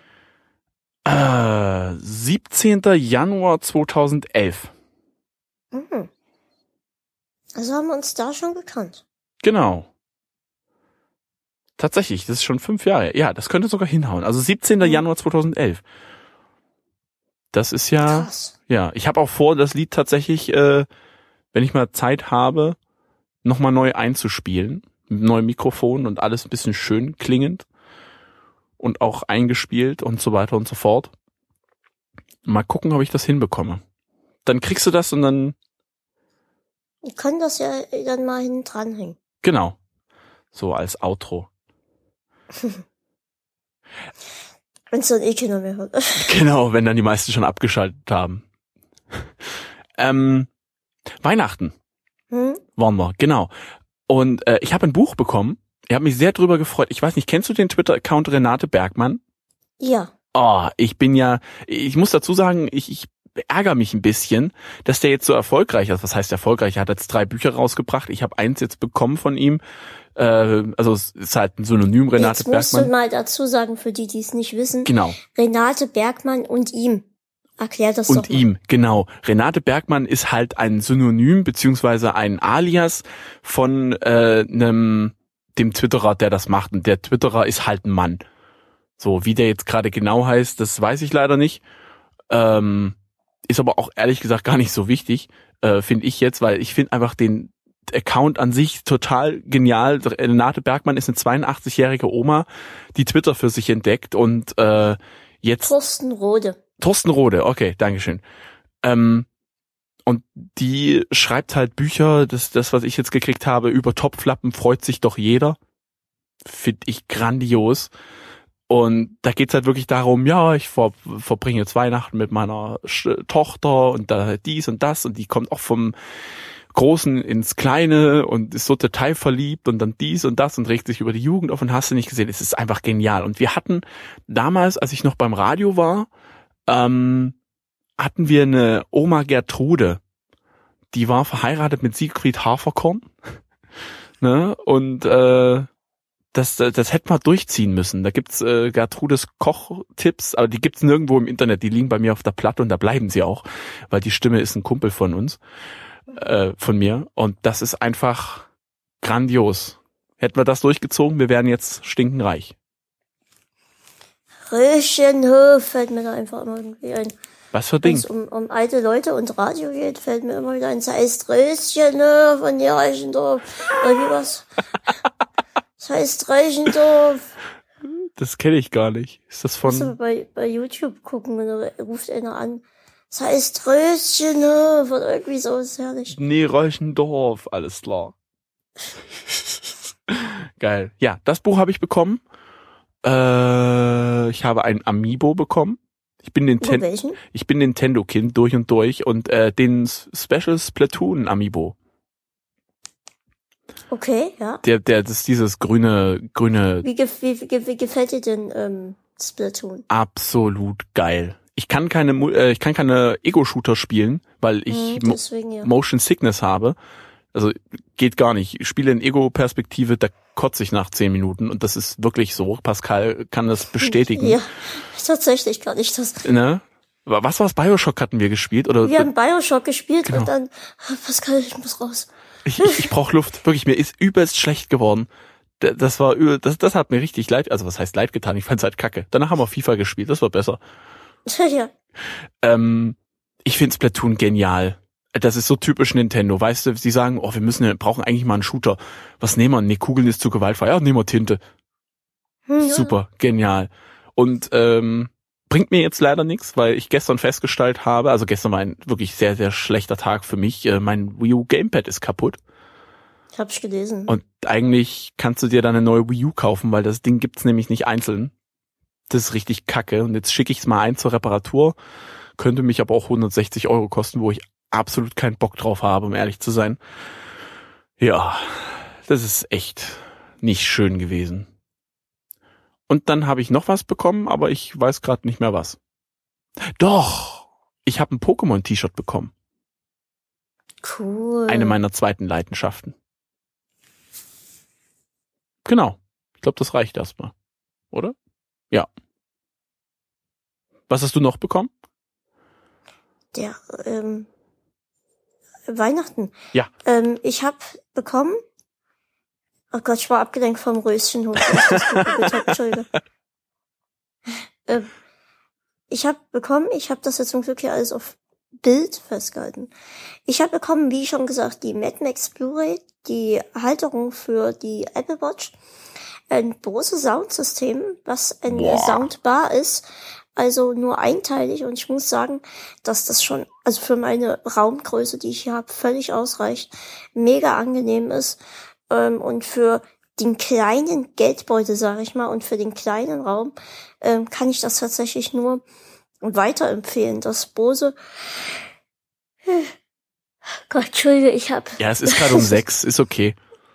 17. Januar 2011. Mhm. Also haben wir uns da schon gekannt. Genau. Tatsächlich, das ist schon 5 Jahre. Ja, das könnte sogar hinhauen. Also 17. Januar 2011. Das ist ja, krass. Ja, ich habe auch vor, das Lied tatsächlich, wenn ich mal Zeit habe, nochmal neu einzuspielen, neuem Mikrofon und alles ein bisschen schön klingend und auch eingespielt und so weiter und so fort. Mal gucken, ob ich das hinbekomme. Dann kriegst du das und dann... Ich kann das ja dann mal hinten dranhängen. Genau. So als Outro. Wenn es dann keiner mehr hört. Genau, wenn dann die meisten schon abgeschaltet haben. Weihnachten waren wir, genau. Und ich habe ein Buch bekommen. Ich habe mich sehr drüber gefreut. Ich weiß nicht, kennst du den Twitter-Account Renate Bergmann? Ja. Oh, ich muss dazu sagen, ich ärgere mich ein bisschen, dass der jetzt so erfolgreich ist. Was heißt erfolgreich? Er hat jetzt 3 Bücher rausgebracht. Ich habe eins jetzt bekommen von ihm. Also es ist halt ein Synonym, Renate Bergmann. Jetzt musst du mal dazu sagen, für die, die es nicht wissen. Genau. Renate Bergmann und ihm. Erklär das doch mal. Und ihm, genau. Renate Bergmann ist halt ein Synonym beziehungsweise ein Alias von dem Twitterer, der das macht. Und der Twitterer ist halt ein Mann. So, wie der jetzt gerade genau heißt, das weiß ich leider nicht. Ist aber auch ehrlich gesagt gar nicht so wichtig, finde ich jetzt, weil ich finde einfach den Account an sich total genial. Renate Bergmann ist eine 82-jährige Oma, die Twitter für sich entdeckt und jetzt... Thorsten Rode, okay, dankeschön. Und die schreibt halt Bücher, das was ich jetzt gekriegt habe, über Topflappen freut sich doch jeder. Finde ich grandios. Und da geht's halt wirklich darum, ja, ich verbringe jetzt Weihnachten mit meiner Tochter und da dies und das und die kommt auch vom Großen ins Kleine und ist so total verliebt und dann dies und das und regt sich über die Jugend auf und hast du nicht gesehen. Es ist einfach genial. Und wir hatten damals, als ich noch beim Radio war, hatten wir eine Oma Gertrude. Die war verheiratet mit Siegfried Haferkorn. Ne? Und das hätte man durchziehen müssen. Da gibt's Gertrudes Kochtipps, aber die gibt's nirgendwo im Internet. Die liegen bei mir auf der Platte und da bleiben sie auch, weil die Stimme ist ein Kumpel von uns, von mir. Und das ist einfach grandios. Hätten wir das durchgezogen, wir wären jetzt stinkenreich. Röschenhof fällt mir da einfach immer irgendwie ein. Was für Ding? Wenn es um alte Leute und Radio geht, fällt mir immer wieder ein. Es heißt Röschenhof von der Reichendorf. Oder wie was? Es heißt Reichendorf. Das kenne ich gar nicht. Ist das von... Musst du bei YouTube gucken, oder ruft einer an. Es heißt Röschenhof oder irgendwie so, ist herrlich. Nee, Reichendorf, alles klar. Geil. Ja, das Buch habe ich bekommen. Ich habe ein Amiibo bekommen. Ich bin Nintendo-Kind durch und durch und den Special Splatoon Amiibo. Okay, ja. Das ist dieses grüne. Wie gefällt dir denn Splatoon? Absolut geil. Ich kann keine Ego-Shooter spielen, weil ich deswegen, ja. Motion Sickness habe. Also geht gar nicht. Ich spiele in Ego-Perspektive, da kotze ich nach 10 Minuten und das ist wirklich so. Pascal kann das bestätigen. Ja, tatsächlich kann ich das. Ne? Was war's? BioShock hatten wir gespielt? Oder? Wir haben BioShock gespielt genau. Und dann, Pascal, ich muss raus. Ich brauche Luft. Wirklich, mir ist übelst schlecht geworden. Das war übel, das hat mir richtig leid, also was heißt leid getan? Ich fand's halt kacke. Danach haben wir FIFA gespielt, das war besser. Ja. Ich finde Splatoon genial. Das ist so typisch Nintendo, weißt du, sie sagen, oh, wir brauchen eigentlich mal einen Shooter. Was nehmen wir? Nee, Kugeln ist zu gewaltfrei. Ja, nehmen wir Tinte. Ja. Super, genial. Und bringt mir jetzt leider nichts, weil ich gestern festgestellt habe, also gestern war ein wirklich sehr, sehr schlechter Tag für mich, mein Wii U Gamepad ist kaputt. Hab ich gelesen. Und eigentlich kannst du dir dann eine neue Wii U kaufen, weil das Ding gibt's nämlich nicht einzeln. Das ist richtig kacke. Und jetzt schicke ich es mal ein zur Reparatur. Könnte mich aber auch 160 € kosten, wo ich absolut keinen Bock drauf habe, um ehrlich zu sein. Ja, das ist echt nicht schön gewesen. Und dann habe ich noch was bekommen, aber ich weiß gerade nicht mehr was. Doch, ich habe ein Pokémon-T-Shirt bekommen. Cool. Eine meiner zweiten Leidenschaften. Genau. Ich glaube, das reicht erstmal. Oder? Ja. Was hast du noch bekommen? Der, Weihnachten. Ja. Ich habe bekommen, oh Gott, ich war abgelenkt vom Röschenhof. Entschuldige. Ich habe das jetzt zum Glück hier alles auf Bild festgehalten. Ich habe bekommen, wie schon gesagt, die Mad Max Blu-ray, die Halterung für die Apple Watch, ein Bose Soundsystem, was ein Soundbar ist, also nur einteilig, und ich muss sagen, dass das schon, also für meine Raumgröße, die ich hier habe, völlig ausreicht, mega angenehm ist, und für den kleinen Geldbeutel, sage ich mal, und für den kleinen Raum kann ich das tatsächlich nur weiterempfehlen. Das Bose, Gott, Entschuldige, ich hab... Ja, es ist gerade um 6, ist okay.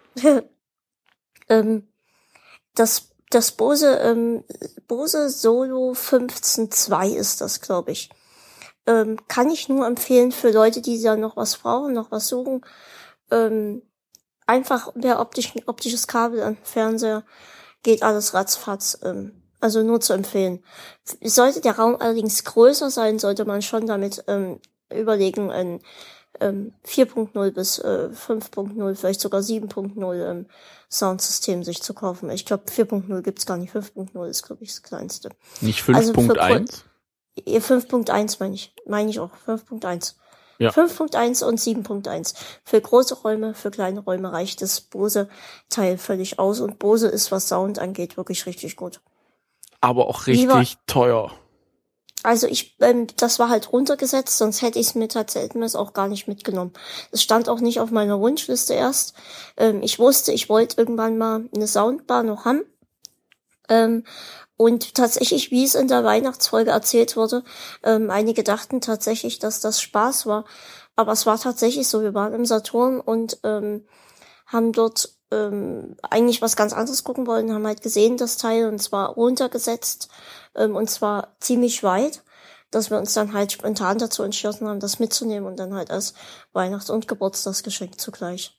Das Bose Solo 15.2 ist das, glaube ich. Kann ich nur empfehlen für Leute, die da noch was brauchen, noch was suchen. Einfach mehr optisches Kabel an Fernseher, geht alles ratzfatz. Also nur zu empfehlen. Sollte der Raum allerdings größer sein, sollte man schon damit überlegen, ein 4.0 bis 5.0, vielleicht sogar 7.0 Soundsystem sich zu kaufen. Ich glaube 4.0 gibt's gar nicht, 5.0 ist, glaube ich, das kleinste. Nicht 5.1? Also 5.1 meine ich auch, 5.1. Ja. 5.1 und 7.1. Für große Räume, für kleine Räume reicht das Bose-Teil völlig aus, und Bose ist, was Sound angeht, wirklich richtig gut. Aber auch richtig teuer. Also das war halt runtergesetzt, sonst hätte ich es mir tatsächlich auch gar nicht mitgenommen. Es stand auch nicht auf meiner Wunschliste erst. Ich wusste, ich wollte irgendwann mal eine Soundbar noch haben. Und tatsächlich, wie es in der Weihnachtsfolge erzählt wurde, einige dachten tatsächlich, dass das Spaß war. Aber es war tatsächlich so, wir waren im Saturn und haben dort eigentlich was ganz anderes gucken wollen, haben halt gesehen, das Teil, und zwar runtergesetzt, und zwar ziemlich weit, dass wir uns dann halt spontan dazu entschlossen haben, das mitzunehmen und dann halt als Weihnachts- und Geburtstagsgeschenk zugleich.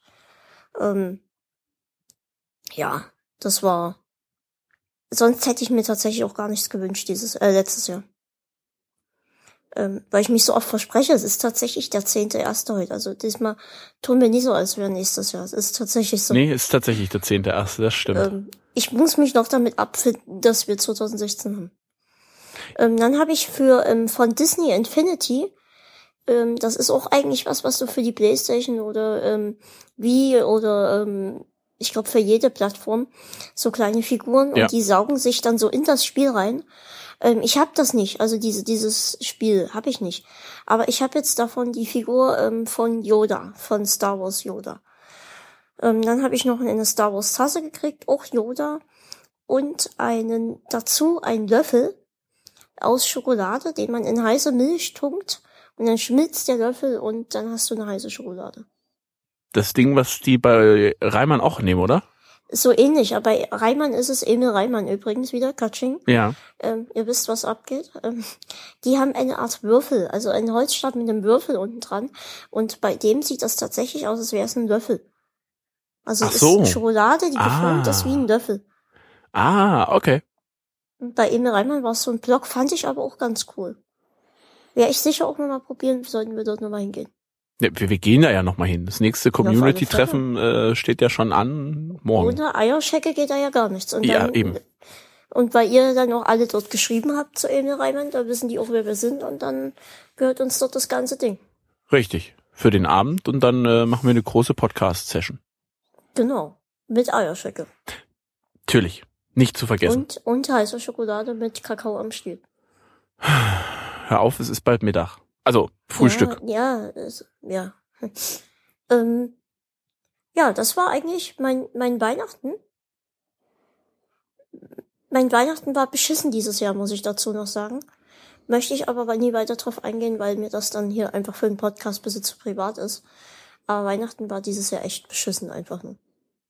Ja, das war... Sonst hätte ich mir tatsächlich auch gar nichts gewünscht letztes Jahr. Weil ich mich so oft verspreche, es ist tatsächlich der 10.1. heute. Also diesmal tun wir nie so, als wäre nächstes Jahr. Es ist tatsächlich so. Nee, ist tatsächlich der 10.1., das stimmt. Ich muss mich noch damit abfinden, dass wir 2016 haben. Dann habe ich von Disney Infinity, das ist auch eigentlich was du für die PlayStation oder Wii oder ich glaube für jede Plattform, so kleine Figuren, und die saugen sich dann so in das Spiel rein. Ich habe das nicht, also dieses Spiel habe ich nicht. Aber ich habe jetzt davon die Figur von Yoda, von Star Wars Yoda. Dann habe ich noch eine Star Wars Tasse gekriegt, auch Yoda, und dazu einen Löffel aus Schokolade, den man in heiße Milch tunkt, und dann schmilzt der Löffel und dann hast du eine heiße Schokolade. Das Ding, was die bei Reimann auch nehmen, oder? So ähnlich, aber bei Reimann ist es Emil Reimann übrigens wieder, Katsching. Ja. Ihr wisst, was abgeht. Die haben eine Art Würfel, also einen Holzstab mit einem Würfel unten dran, und bei dem sieht das tatsächlich aus, als wäre es ein Löffel. Also es ist Schokolade, die geformt ist wie ein Löffel. Ah, okay. Und bei Emil Reimann war es so ein Block, fand ich aber auch ganz cool. Wäre ich sicher auch mal probieren, sollten wir dort nochmal hingehen. Ja, wir gehen da ja nochmal hin. Das nächste Community-Treffen steht ja schon an, morgen. Ohne Eierschecke geht da ja gar nichts. Und ja, eben. Und weil ihr dann auch alle dort geschrieben habt zu Emil Reimann, da wissen die auch, wer wir sind, und dann gehört uns dort das ganze Ding. Richtig. Für den Abend, und dann machen wir eine große Podcast-Session. Genau. Mit Eierschecke. Natürlich. Nicht zu vergessen. Und heiße Schokolade mit Kakao am Stiel. Hör auf, es ist bald Mittag. Also, Frühstück. Ja. Ja, das war eigentlich mein Weihnachten. Mein Weihnachten war beschissen dieses Jahr, muss ich dazu noch sagen. Möchte ich aber nie weiter drauf eingehen, weil mir das dann hier einfach für den Podcast bis zu privat ist. Aber Weihnachten war dieses Jahr echt beschissen einfach nur.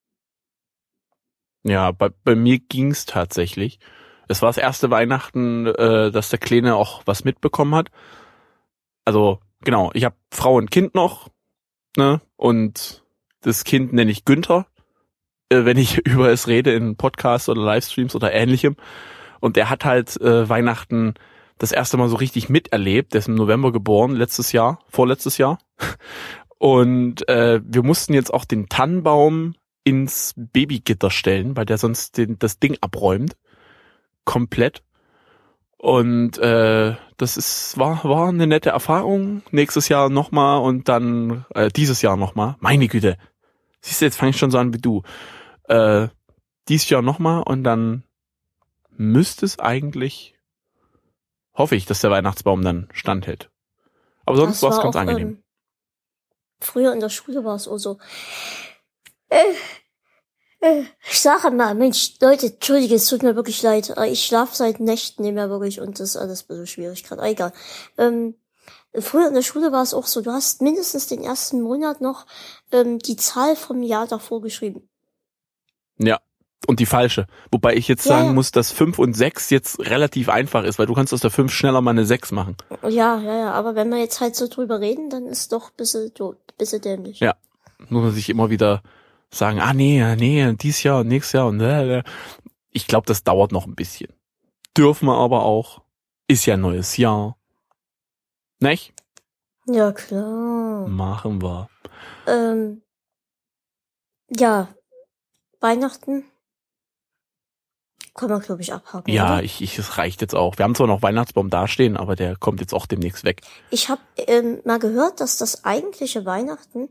Ja, bei mir ging's tatsächlich. Es war das erste Weihnachten, dass der Kleine auch was mitbekommen hat. Also, genau, ich habe Frau und Kind noch, ne? Und das Kind nenne ich Günther, wenn ich über es rede in Podcasts oder Livestreams oder ähnlichem. Und der hat halt Weihnachten das erste Mal so richtig miterlebt. Der ist im November geboren, vorletztes Jahr. Und wir mussten jetzt auch den Tannenbaum ins Babygitter stellen, weil der sonst das Ding abräumt. Komplett. Und war eine nette Erfahrung. Nächstes Jahr nochmal und dann dieses Jahr nochmal. Meine Güte. Siehst du, jetzt fange ich schon so an wie du. Dieses Jahr nochmal und dann müsste es eigentlich, hoffe ich, dass der Weihnachtsbaum dann standhält. Aber sonst war es ganz angenehm. Früher in der Schule war es auch so. Ich sage mal, Mensch, Leute, entschuldige, es tut mir wirklich leid. Ich schlafe seit Nächten nicht mehr wirklich und das ist alles ein bisschen schwierig gerade. Egal. Früher in der Schule war es auch so, du hast mindestens den ersten Monat noch die Zahl vom Jahr davor geschrieben. Ja, und die falsche. Wobei ich jetzt sagen muss, dass 5 und 6 jetzt relativ einfach ist, weil du kannst aus der 5 schneller mal eine 6 machen. Ja, aber wenn wir jetzt halt so drüber reden, dann ist doch ein bisschen dämlich. Ja, muss man sich immer wieder sagen, nee, dieses Jahr und nächstes Jahr und ich glaube, das dauert noch ein bisschen. Dürfen wir aber auch. Ist ja neues Jahr. Nicht? Ja, klar. Machen wir. Ja, Weihnachten kann man, glaube ich, abhaken. Ja, oder? es reicht jetzt auch. Wir haben zwar noch Weihnachtsbaum dastehen, aber der kommt jetzt auch demnächst weg. Ich habe mal gehört, dass das eigentliche Weihnachten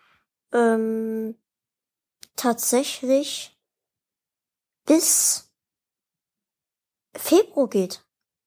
tatsächlich bis Februar geht.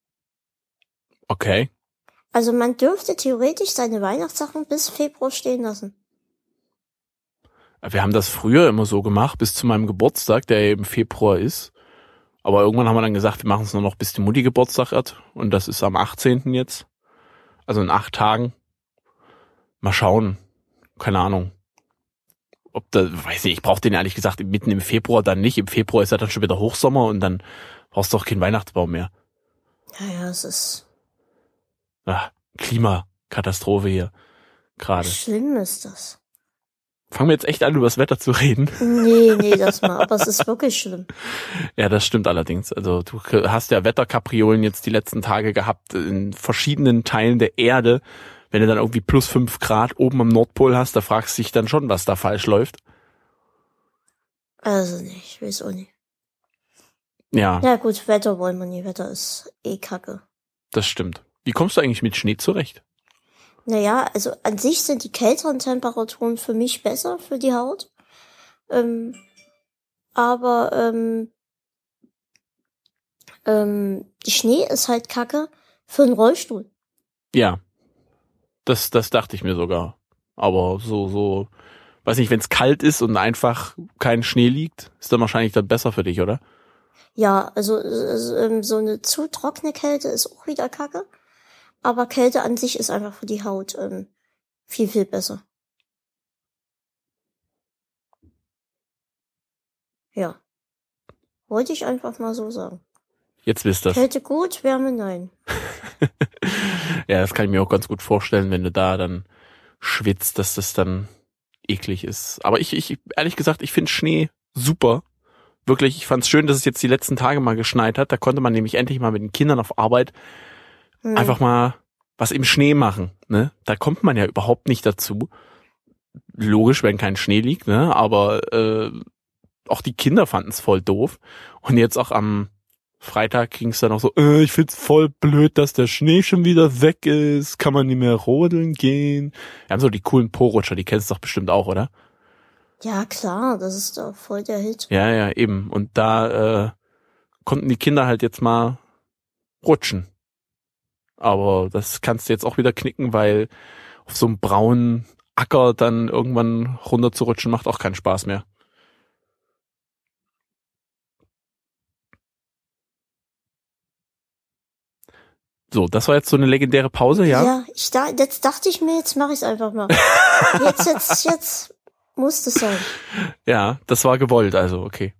Okay. Also man dürfte theoretisch seine Weihnachtssachen bis Februar stehen lassen. Wir haben das früher immer so gemacht, bis zu meinem Geburtstag, der eben Februar ist. Aber irgendwann haben wir dann gesagt, wir machen es nur noch, bis die Mutti Geburtstag hat. Und das ist am 18. jetzt. Also in 8 Tagen. Mal schauen. Keine Ahnung. Weiß nicht, ich brauche den ehrlich gesagt mitten im Februar dann nicht. Im Februar ist ja dann schon wieder Hochsommer und dann brauchst du auch keinen Weihnachtsbaum mehr. Ja, es ist... Klimakatastrophe hier. Gerade. Schlimm ist das. Fangen wir jetzt echt an, über das Wetter zu reden? Nee, das mal. Aber es ist wirklich schlimm. Ja, das stimmt allerdings. Also du hast ja Wetterkapriolen jetzt die letzten Tage gehabt in verschiedenen Teilen der Erde. Wenn du dann irgendwie plus 5 Grad oben am Nordpol hast, da fragst du dich dann schon, was da falsch läuft. Also nicht, ich weiß auch nicht. Ja. Ja gut, Wetter wollen wir nie. Wetter ist kacke. Das stimmt. Wie kommst du eigentlich mit Schnee zurecht? Naja, also an sich sind die kälteren Temperaturen für mich besser für die Haut. Aber Schnee ist halt kacke für einen Rollstuhl. Ja. Das dachte ich mir sogar. Aber so, weiß nicht, wenn es kalt ist und einfach kein Schnee liegt, ist dann wahrscheinlich dann besser für dich, oder? Ja, also so eine zu trockene Kälte ist auch wieder kacke. Aber Kälte an sich ist einfach für die Haut viel, viel besser. Ja. Wollte ich einfach mal so sagen. Jetzt wisst ihr. Kälte gut, Wärme nein. Ja, das kann ich mir auch ganz gut vorstellen, wenn du da dann schwitzt, dass das dann eklig ist. Aber ich ehrlich gesagt, ich finde Schnee super. Wirklich, ich fand's schön, dass es jetzt die letzten Tage mal geschneit hat. Da konnte man nämlich endlich mal mit den Kindern auf Arbeit einfach mal was im Schnee machen. Ne? Da kommt man ja überhaupt nicht dazu. Logisch, wenn kein Schnee liegt, ne? Aber auch die Kinder fanden's voll doof. Und jetzt auch am Freitag ging's dann auch so, ich find's voll blöd, dass der Schnee schon wieder weg ist. Kann man nicht mehr rodeln gehen. Wir haben so die coolen Po-Rutscher, die kennst du doch bestimmt auch, oder? Ja, klar, das ist doch voll der Hit. Ja, eben. Und da konnten die Kinder halt jetzt mal rutschen. Aber das kannst du jetzt auch wieder knicken, weil auf so einem braunen Acker dann irgendwann runter zu rutschen macht auch keinen Spaß mehr. So, das war jetzt so eine legendäre Pause, ja? Ja, jetzt dachte ich mir, jetzt mache ich's einfach mal. Jetzt muss das sein. Ja, das war gewollt, also okay.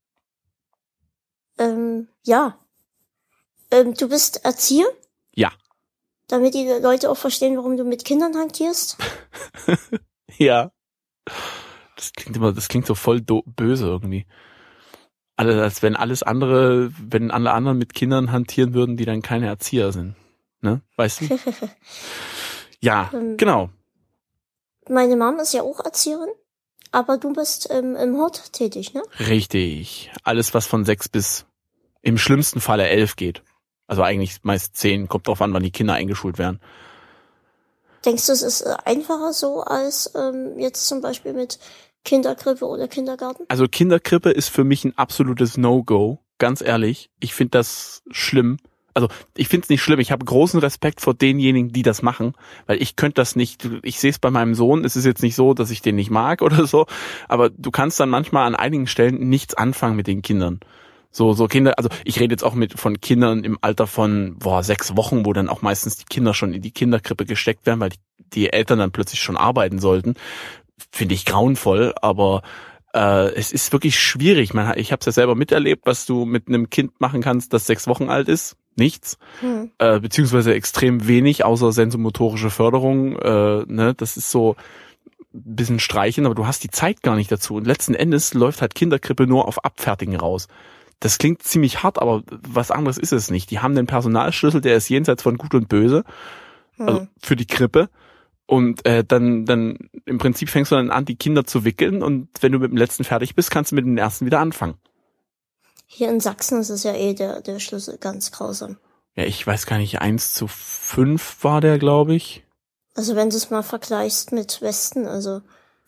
Ja. Du bist Erzieher? Ja. Damit die Leute auch verstehen, warum du mit Kindern hantierst? Ja. Das klingt so voll böse irgendwie. Als wenn alle anderen mit Kindern hantieren würden, die dann keine Erzieher sind. Ne? Weißt du? Ja, genau. Meine Mom ist ja auch Erzieherin, aber du bist im Hort tätig, ne? Richtig. Alles, was von 6 bis im schlimmsten Falle 11 geht. Also eigentlich meist 10, kommt drauf an, wann die Kinder eingeschult werden. Denkst du, es ist einfacher so als jetzt zum Beispiel mit Kinderkrippe oder Kindergarten? Also Kinderkrippe ist für mich ein absolutes No-Go, ganz ehrlich. Ich finde das schlimm. Also ich finde es nicht schlimm. Ich habe großen Respekt vor denjenigen, die das machen, weil ich könnte das nicht. Ich sehe es bei meinem Sohn. Es ist jetzt nicht so, dass ich den nicht mag oder so, aber du kannst dann manchmal an einigen Stellen nichts anfangen mit den Kindern. So Kinder, also ich rede jetzt auch von Kindern im Alter von 6 Wochen, wo dann auch meistens die Kinder schon in die Kinderkrippe gesteckt werden, weil die Eltern dann plötzlich schon arbeiten sollten. Finde ich grauenvoll, aber es ist wirklich schwierig. Ich habe es ja selber miterlebt, was du mit einem Kind machen kannst, das 6 Wochen alt ist. Nichts. Beziehungsweise extrem wenig, außer sensomotorische Förderung. Das ist so ein bisschen streichen, aber du hast die Zeit gar nicht dazu. Und letzten Endes läuft halt Kinderkrippe nur auf Abfertigen raus. Das klingt ziemlich hart, aber was anderes ist es nicht. Die haben den Personalschlüssel, der ist jenseits von Gut und Böse, also für die Krippe. Und dann im Prinzip fängst du dann an, die Kinder zu wickeln, und wenn du mit dem letzten fertig bist, kannst du mit dem ersten wieder anfangen. Hier in Sachsen ist es ja der Schlüssel ganz grausam. Ja, ich weiß gar nicht, 1:5 war der, glaube ich. Also wenn du es mal vergleichst mit Westen, also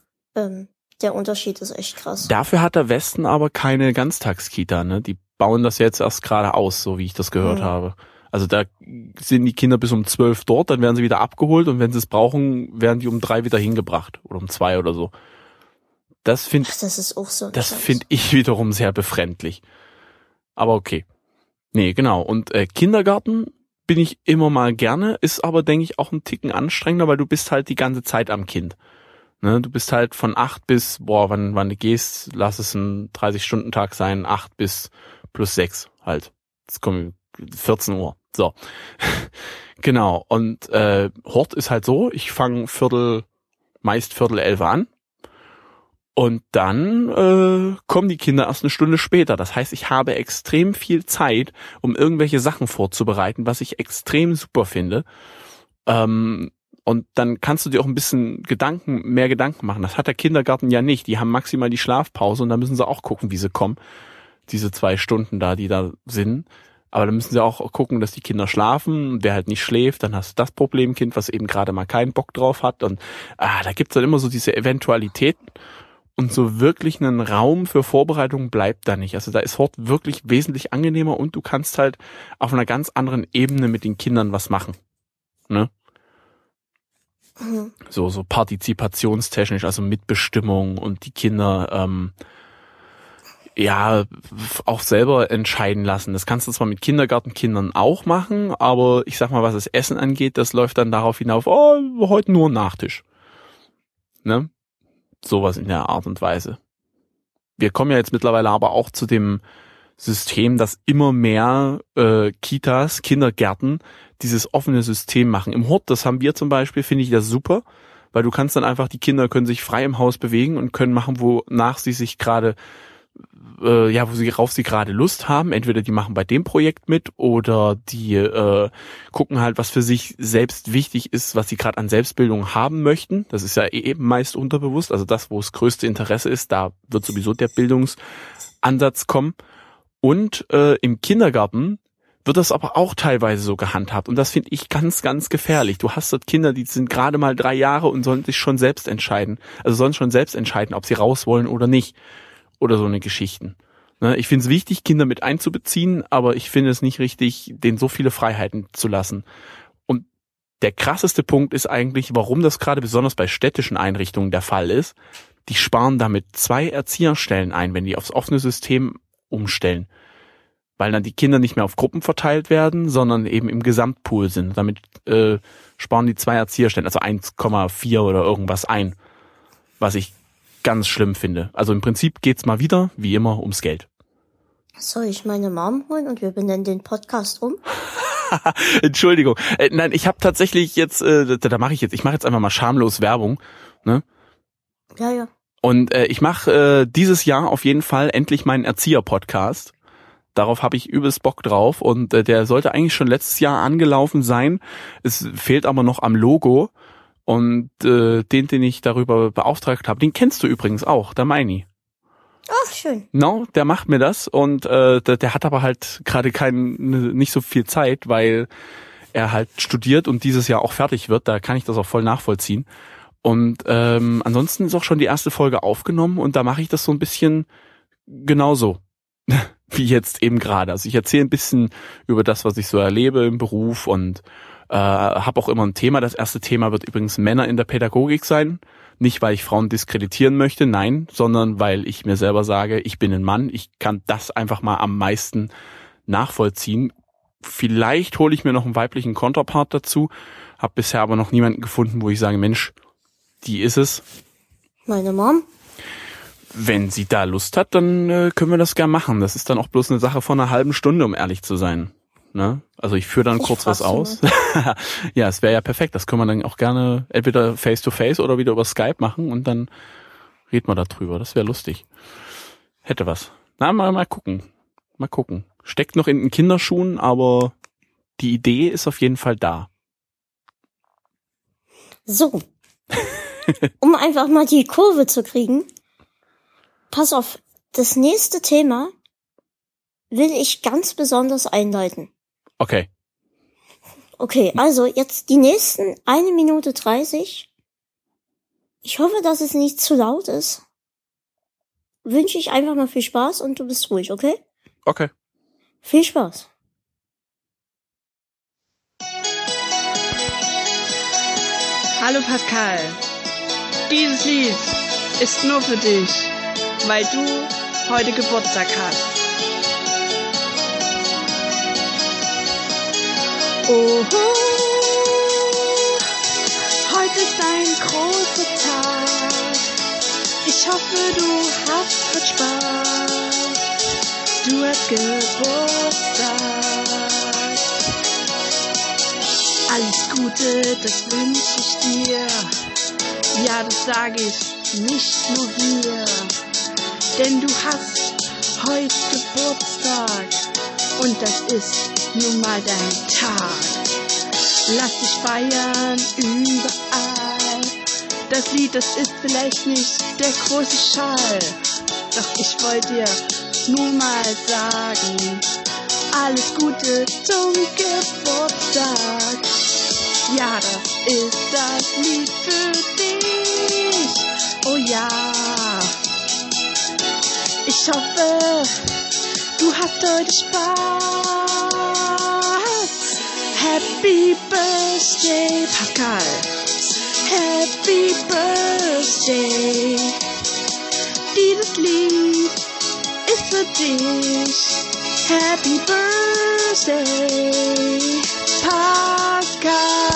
der Unterschied ist echt krass. Dafür hat der Westen aber keine Ganztagskita, ne? Die bauen das jetzt erst gerade aus, so wie ich das gehört habe. Also da sind die Kinder bis um 12 dort, dann werden sie wieder abgeholt, und wenn sie es brauchen, werden die um 3 wieder hingebracht oder um 2 oder so. Das ist auch so. Das finde ich wiederum sehr befremdlich. Aber okay. Nee, genau. Und Kindergarten bin ich immer mal gerne, ist aber, denke ich, auch ein Ticken anstrengender, weil du bist halt die ganze Zeit am Kind. Ne, du bist halt von 8 bis, wann du gehst, lass es ein 30-Stunden-Tag sein, 8 bis plus 6 halt. Jetzt kommen 14 Uhr. So. Genau. Und Hort ist halt so, ich fange meist 10:45 an. Und dann kommen die Kinder erst eine Stunde später. Das heißt, ich habe extrem viel Zeit, um irgendwelche Sachen vorzubereiten, was ich extrem super finde. Und dann kannst du dir auch ein bisschen mehr Gedanken machen. Das hat der Kindergarten ja nicht. Die haben maximal die Schlafpause, und da müssen sie auch gucken, wie sie kommen. Diese 2 Stunden da, die da sind. Aber dann müssen sie auch gucken, dass die Kinder schlafen. Wer halt nicht schläft, dann hast du das Problemkind, was eben gerade mal keinen Bock drauf hat. Und da gibt's dann immer so diese Eventualitäten. Und so wirklich einen Raum für Vorbereitung bleibt da nicht. Also da ist Hort wirklich wesentlich angenehmer, und du kannst halt auf einer ganz anderen Ebene mit den Kindern was machen. Ne? So partizipationstechnisch, also Mitbestimmung, und die Kinder auch selber entscheiden lassen. Das kannst du zwar mit Kindergartenkindern auch machen, aber ich sag mal, was das Essen angeht, das läuft dann darauf hinauf, heute nur ein Nachtisch. Ne? Sowas in der Art und Weise. Wir kommen ja jetzt mittlerweile aber auch zu dem System, dass immer mehr Kitas, Kindergärten dieses offene System machen. Im Hort, das haben wir zum Beispiel, finde ich das super, weil du kannst dann einfach, die Kinder können sich frei im Haus bewegen und können machen, wonach sie sich gerade, worauf sie gerade Lust haben. Entweder die machen bei dem Projekt mit, oder die gucken halt, was für sich selbst wichtig ist, was sie gerade an Selbstbildung haben möchten. Das ist ja eben meist unterbewusst, also das, wo das größte Interesse ist, da wird sowieso der Bildungsansatz kommen. Und im Kindergarten wird das aber auch teilweise so gehandhabt. Und das finde ich ganz, ganz gefährlich. Du hast dort Kinder, die sind gerade mal 3 Jahre und sollen sich schon selbst entscheiden. Also sollen schon selbst entscheiden, ob sie raus wollen oder nicht. Oder so eine Geschichten. Ne? Ich finde es wichtig, Kinder mit einzubeziehen, aber ich finde es nicht richtig, denen so viele Freiheiten zu lassen. Und der krasseste Punkt ist eigentlich, warum das gerade besonders bei städtischen Einrichtungen der Fall ist. Die sparen damit 2 Erzieherstellen ein, wenn die aufs offene System umstellen. Weil dann die Kinder nicht mehr auf Gruppen verteilt werden, sondern eben im Gesamtpool sind. Damit sparen die 2 Erzieherstellen, also 1,4 oder irgendwas ein. Was ich ganz schlimm finde. Also im Prinzip geht's mal wieder, wie immer, ums Geld. Soll ich meine Mom holen und wir benennen den Podcast um? Entschuldigung. Nein, ich habe tatsächlich jetzt, ich mache jetzt einfach mal schamlos Werbung. Ne? Ja. Und ich mache dieses Jahr auf jeden Fall endlich meinen Erzieher-Podcast. Darauf habe ich übelst Bock drauf, und der sollte eigentlich schon letztes Jahr angelaufen sein. Es fehlt aber noch am Logo. Und den ich darüber beauftragt habe, den kennst du übrigens auch, der Meini. Ach, schön. No, der macht mir das und der hat aber halt gerade nicht so viel Zeit, weil er halt studiert und dieses Jahr auch fertig wird. Da kann ich das auch voll nachvollziehen. Und ansonsten ist auch schon die erste Folge aufgenommen und da mache ich das so ein bisschen genauso wie jetzt eben gerade. Also ich erzähle ein bisschen über das, was ich so erlebe im Beruf und habe auch immer ein Thema. Das erste Thema wird übrigens Männer in der Pädagogik sein. Nicht, weil ich Frauen diskreditieren möchte, nein, sondern weil ich mir selber sage, ich bin ein Mann, ich kann das einfach mal am meisten nachvollziehen. Vielleicht hole ich mir noch einen weiblichen Counterpart dazu, habe bisher aber noch niemanden gefunden, wo ich sage, Mensch, die ist es. Meine Mom? Wenn sie da Lust hat, dann können wir das gern machen. Das ist dann auch bloß eine Sache von einer halben Stunde, um ehrlich zu sein. Ne? Also ich führe dann kurz was aus. Ja, es wäre ja perfekt. Das können wir dann auch gerne entweder face-to-face oder wieder über Skype machen und dann reden wir da drüber. Das wäre lustig. Hätte was. Na, mal gucken. Mal gucken. Steckt noch in den Kinderschuhen, aber die Idee ist auf jeden Fall da. So. Um einfach mal die Kurve zu kriegen. Pass auf, das nächste Thema will ich ganz besonders einleiten. Okay. Okay, also jetzt die nächsten 1 Minute 30. Ich hoffe, dass es nicht zu laut ist. Wünsche ich einfach mal viel Spaß und du bist ruhig, okay? Okay. Viel Spaß. Hallo Pascal. Dieses Lied ist nur für dich, weil du heute Geburtstag hast. Oh, heute ist ein großer Tag. Ich hoffe, du hast heute Spaß. Du hast Geburtstag. Alles Gute, das wünsche ich dir. Ja, das sage ich nicht nur dir. Denn du hast heute Geburtstag. Und das ist nun mal dein Tag. Lass dich feiern überall. Das Lied, das ist vielleicht nicht der große Schall. Doch ich wollte dir nun mal sagen, alles Gute zum Geburtstag. Ja, das ist das Lied für dich. Oh ja. Ich hoffe, du hast heute Spaß. Happy Birthday, Pascal. Happy Birthday. Dieses Lied ist für dich. Happy Birthday, Pascal.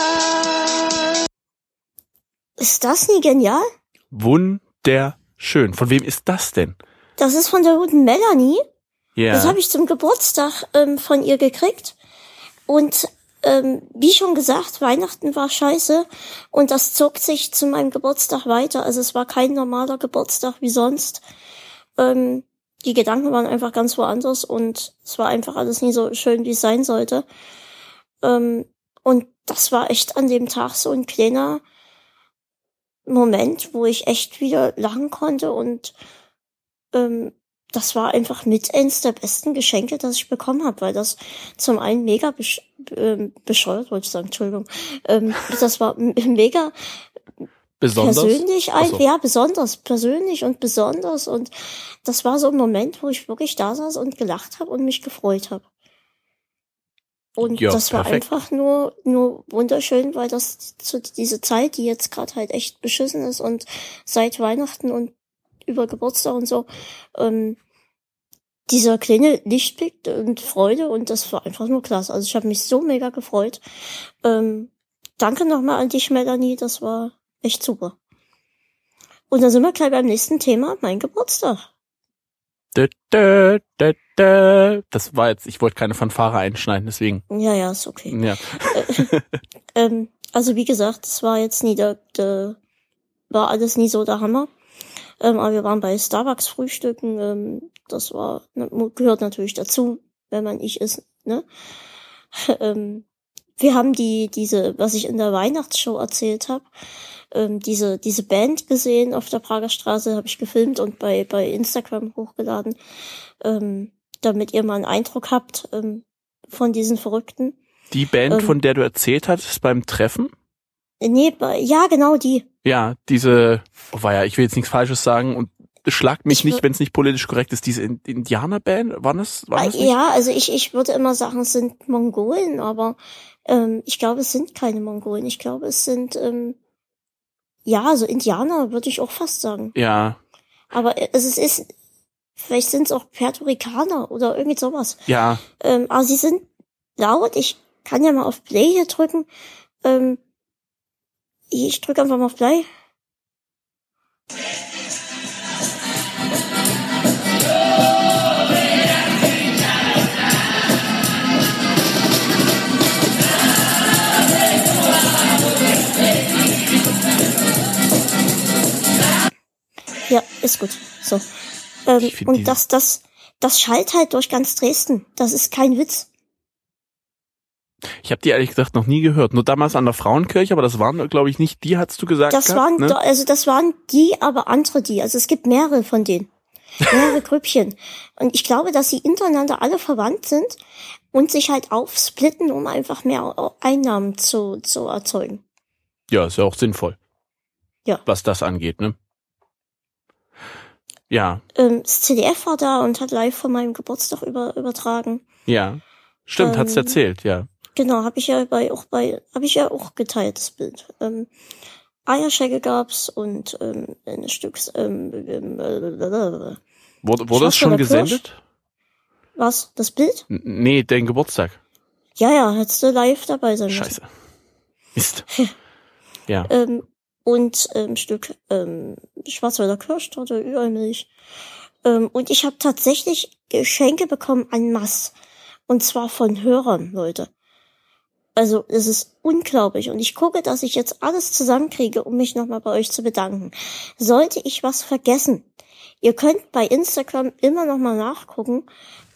Ist das nie genial? Wunderschön. Von wem ist das denn? Das ist von der guten Melanie. Ja. Das habe ich zum Geburtstag von ihr gekriegt. Und wie schon gesagt, Weihnachten war scheiße. Und das zog sich zu meinem Geburtstag weiter. Also es war kein normaler Geburtstag wie sonst. Die Gedanken waren einfach ganz woanders. Und es war einfach alles nie so schön, wie es sein sollte. Und das war echt an dem Tag so ein kleiner Moment, wo ich echt wieder lachen konnte. Und das war einfach mit eins der besten Geschenke, das ich bekommen habe, weil das zum einen mega bescheuert, wollte ich sagen, Entschuldigung. Das war mega Besonders? persönlich, So. ja, besonders, persönlich und besonders. Und das war so ein Moment, wo ich wirklich da saß und gelacht habe und mich gefreut habe. Und Ja, das war perfekt. einfach nur wunderschön, weil das zu diese Zeit, die jetzt gerade halt echt beschissen ist und seit Weihnachten und über Geburtstag und so, dieser kleine Lichtblick und Freude, und das war einfach nur klasse. Also ich habe mich so mega gefreut. Danke nochmal an dich, Melanie, das war echt super. Und dann sind wir gleich beim nächsten Thema, mein Geburtstag. Das war jetzt, ich wollte keine Fanfare einschneiden, deswegen. Ja, ist okay. Ja. Also wie gesagt, es war jetzt nie war alles nie so der Hammer. Aber wir waren bei Starbucks frühstücken, das gehört natürlich dazu, wenn man ich ist, ne? wir haben diese, was ich in der Weihnachtsshow erzählt habe, diese Band gesehen auf der Prager Straße, habe ich gefilmt und bei Instagram hochgeladen, damit ihr mal einen Eindruck habt von diesen Verrückten. Die Band, von der du erzählt hattest beim Treffen? Nee, ja, genau die. Ja, diese, ich will jetzt nichts Falsches sagen und schlag mich nicht, wenn es nicht politisch korrekt ist, diese Indianerband, war das nicht? Ja, also ich würde immer sagen, es sind Mongolen, aber ich glaube, es sind keine Mongolen. Ich glaube, es sind so Indianer, würde ich auch fast sagen. Ja. Aber vielleicht sind es auch Puerto-Ricaner oder irgendwie sowas. Ja. Aber sie sind laut. Ich kann ja mal auf Play hier drücken. Ich drücke einfach mal auf Play. Ja, ist gut. So. Und das schallt halt durch ganz Dresden. Das ist kein Witz. Ich habe die ehrlich gesagt noch nie gehört. Nur damals an der Frauenkirche, aber das waren, glaube ich, nicht die, hattest du gesagt. Das waren die, aber andere die. Also es gibt mehrere von denen. Mehrere Grüppchen. Und ich glaube, dass sie untereinander alle verwandt sind und sich halt aufsplitten, um einfach mehr Einnahmen zu erzeugen. Ja, ist ja auch sinnvoll. Ja. Was das angeht, ne? Ja. Das ZDF war da und hat live von meinem Geburtstag übertragen. Ja. Stimmt, hat's erzählt, ja. Genau, habe ich ja auch geteilt, das Bild. Eierschecke gab's und ein Stück Wurde das schon gesendet? Was? Das Bild? Nee, den Geburtstag. Ja, hättest du live dabei sein müssen. Scheiße. Mist. Ja. Und Stück Schwarzwälder Kirschtorte, Ü-Ei-Milch. Und ich habe tatsächlich Geschenke bekommen en masse. Und zwar von Hörern, Leute. Also es ist unglaublich. Und ich gucke, dass ich jetzt alles zusammenkriege, um mich nochmal bei euch zu bedanken. Sollte ich was vergessen, ihr könnt bei Instagram immer nochmal nachgucken.